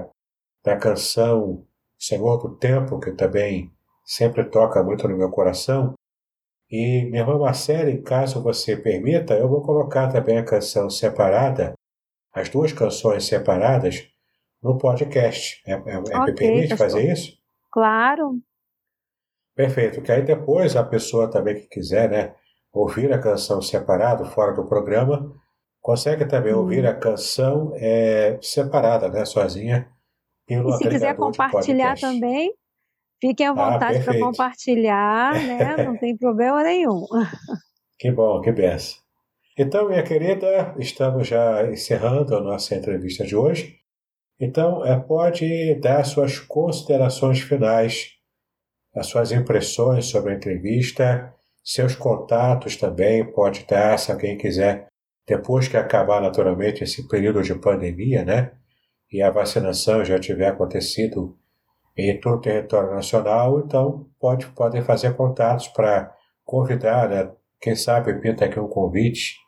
da canção Senhor do Tempo, que também sempre toca muito no meu coração. E, minha irmã Marcele, caso você permita, eu vou colocar também a canção separada, as duas canções separadas, no podcast. Me Ok, permite pastor. fazer isso? Claro. Perfeito, que aí depois a pessoa também que quiser, né, ouvir a canção separada, fora do programa, consegue também ouvir a canção separada, né, sozinha, pelo E se quiser agregador de compartilhar podcast. também, fiquem à vontade para Perfeito. compartilhar, né? Não tem problema nenhum. Que bom, que benção. Então, minha querida, estamos já encerrando a nossa entrevista de hoje. Então, pode dar suas considerações finais, as suas impressões sobre a entrevista, seus contatos também, pode dar, se alguém quiser, depois que acabar naturalmente esse período de pandemia, né? E a vacinação já tiver acontecido em todo o território nacional, então podem fazer contatos para convidar, né? Quem sabe pinta aqui um convite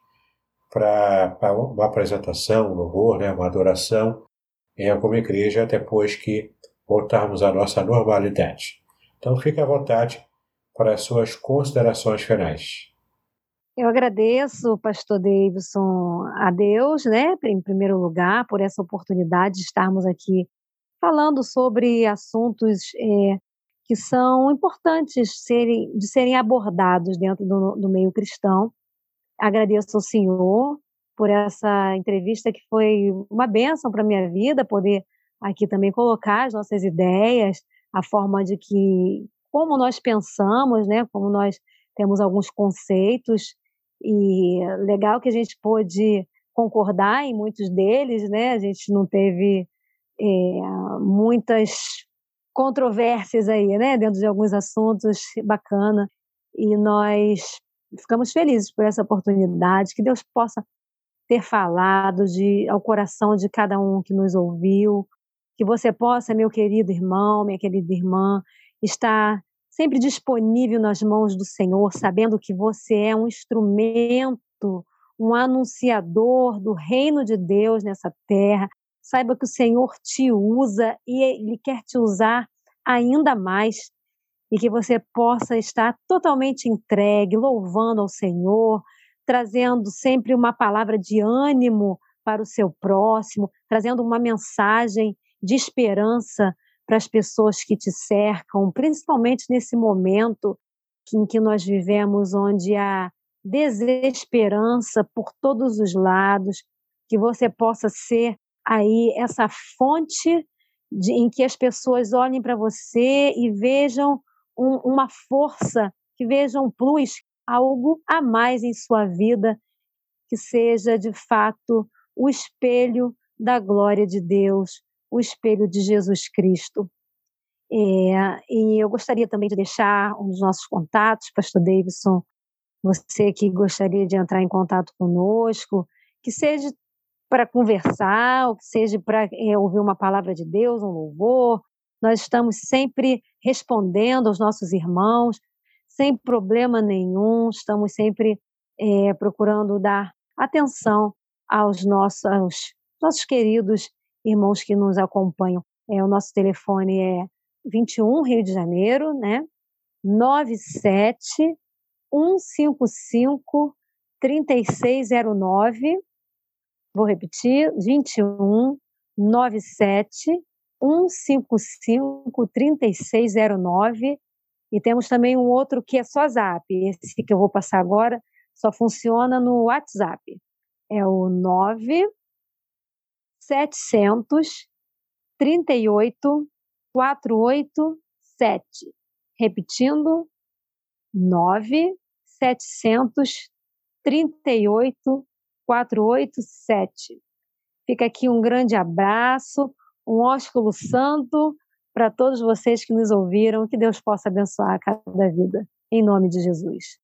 para uma apresentação, um louvor, né? Uma adoração em alguma igreja depois que voltarmos à nossa normalidade. Então fique à vontade para as suas considerações finais. Eu agradeço, pastor Davidson, a Deus, né, em primeiro lugar, por essa oportunidade de estarmos aqui falando sobre assuntos que são importantes de serem abordados dentro do meio cristão. Agradeço ao Senhor por essa entrevista que foi uma bênção para a minha vida, poder aqui também colocar as nossas ideias, a forma como nós pensamos, né, como nós temos alguns conceitos, e legal que a gente pôde concordar em muitos deles, né, a gente não teve muitas controvérsias aí, né, dentro de alguns assuntos, bacana, e nós ficamos felizes por essa oportunidade, que Deus possa ter falado ao coração de cada um que nos ouviu, que você possa, meu querido irmão, minha querida irmã, estar sempre disponível nas mãos do Senhor, sabendo que você é um instrumento, um anunciador do reino de Deus nessa terra. Saiba que o Senhor te usa e Ele quer te usar ainda mais, e que você possa estar totalmente entregue, louvando ao Senhor, trazendo sempre uma palavra de ânimo para o seu próximo, trazendo uma mensagem de esperança para as pessoas que te cercam, principalmente nesse momento em que nós vivemos, onde há desesperança por todos os lados, que você possa ser aí essa fonte em que as pessoas olhem para você e vejam uma força, que vejam um plus, algo a mais em sua vida, que seja de fato o espelho da glória de Deus, o espelho de Jesus Cristo. E eu gostaria também de deixar um dos nossos contatos, Pastor Davidson, você que gostaria de entrar em contato conosco, que seja para conversar, ou que seja para ouvir uma palavra de Deus, um louvor. Nós estamos sempre respondendo aos nossos irmãos, sem problema nenhum, estamos sempre procurando dar atenção aos nossos queridos irmãos que nos acompanham. O nosso telefone é 21, Rio de Janeiro, né? 97 155 3609. Vou repetir, 21 97 155 3609. E temos também um outro que é só Zap. Esse que eu vou passar agora só funciona no WhatsApp. É o 9700 38 487. Repetindo, 9700 38 487. Fica aqui um grande abraço, um ósculo santo para todos vocês que nos ouviram. Que Deus possa abençoar cada vida. Em nome de Jesus.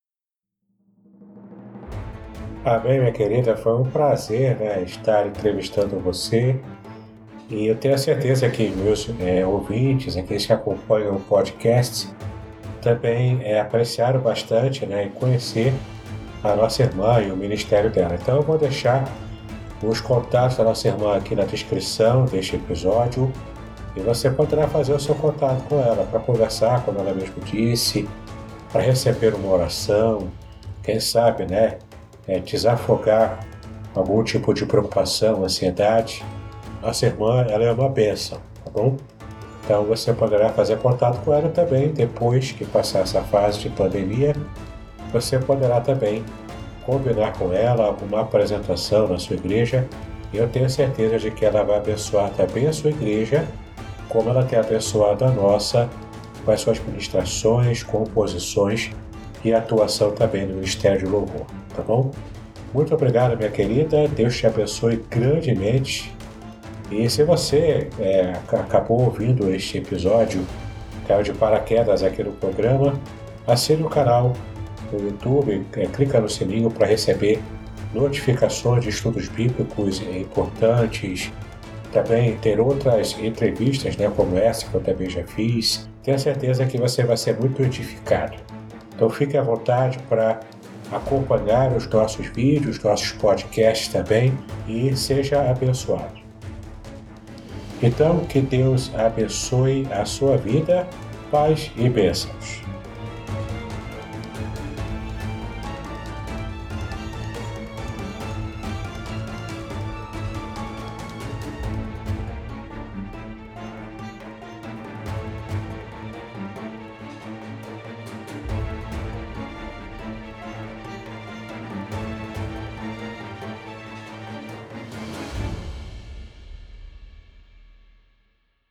Amém, minha querida. Foi um prazer, né, estar entrevistando você. E eu tenho certeza que meus ouvintes, aqueles que acompanham o podcast, também apreciaram bastante, né, e conhecer a nossa irmã e o ministério dela. Então eu vou deixar os contatos da nossa irmã aqui na descrição deste episódio e você poderá fazer o seu contato com ela para conversar, como ela mesmo disse, para receber uma oração, quem sabe, né, desafogar algum tipo de preocupação, ansiedade. Nossa irmã, ela é uma bênção, tá bom? Então você poderá fazer contato com ela também depois que passar essa fase de pandemia. Você poderá também combinar com ela alguma apresentação na sua igreja e eu tenho certeza de que ela vai abençoar também a sua igreja, como ela tem abençoado a nossa com as suas ministrações, composições e atuação também no Ministério de Louvor, tá bom? Muito obrigado, minha querida, Deus te abençoe grandemente. E se você acabou ouvindo este episódio, caiu de paraquedas aqui no programa, assine o canal no YouTube, clica no sininho para receber notificações de estudos bíblicos importantes, também ter outras entrevistas, né, como essa que eu também já fiz. Tenho certeza que você vai ser muito edificado. Então fique à vontade para acompanhar os nossos vídeos, nossos podcasts também e seja abençoado. Então, que Deus abençoe a sua vida, paz e bênçãos.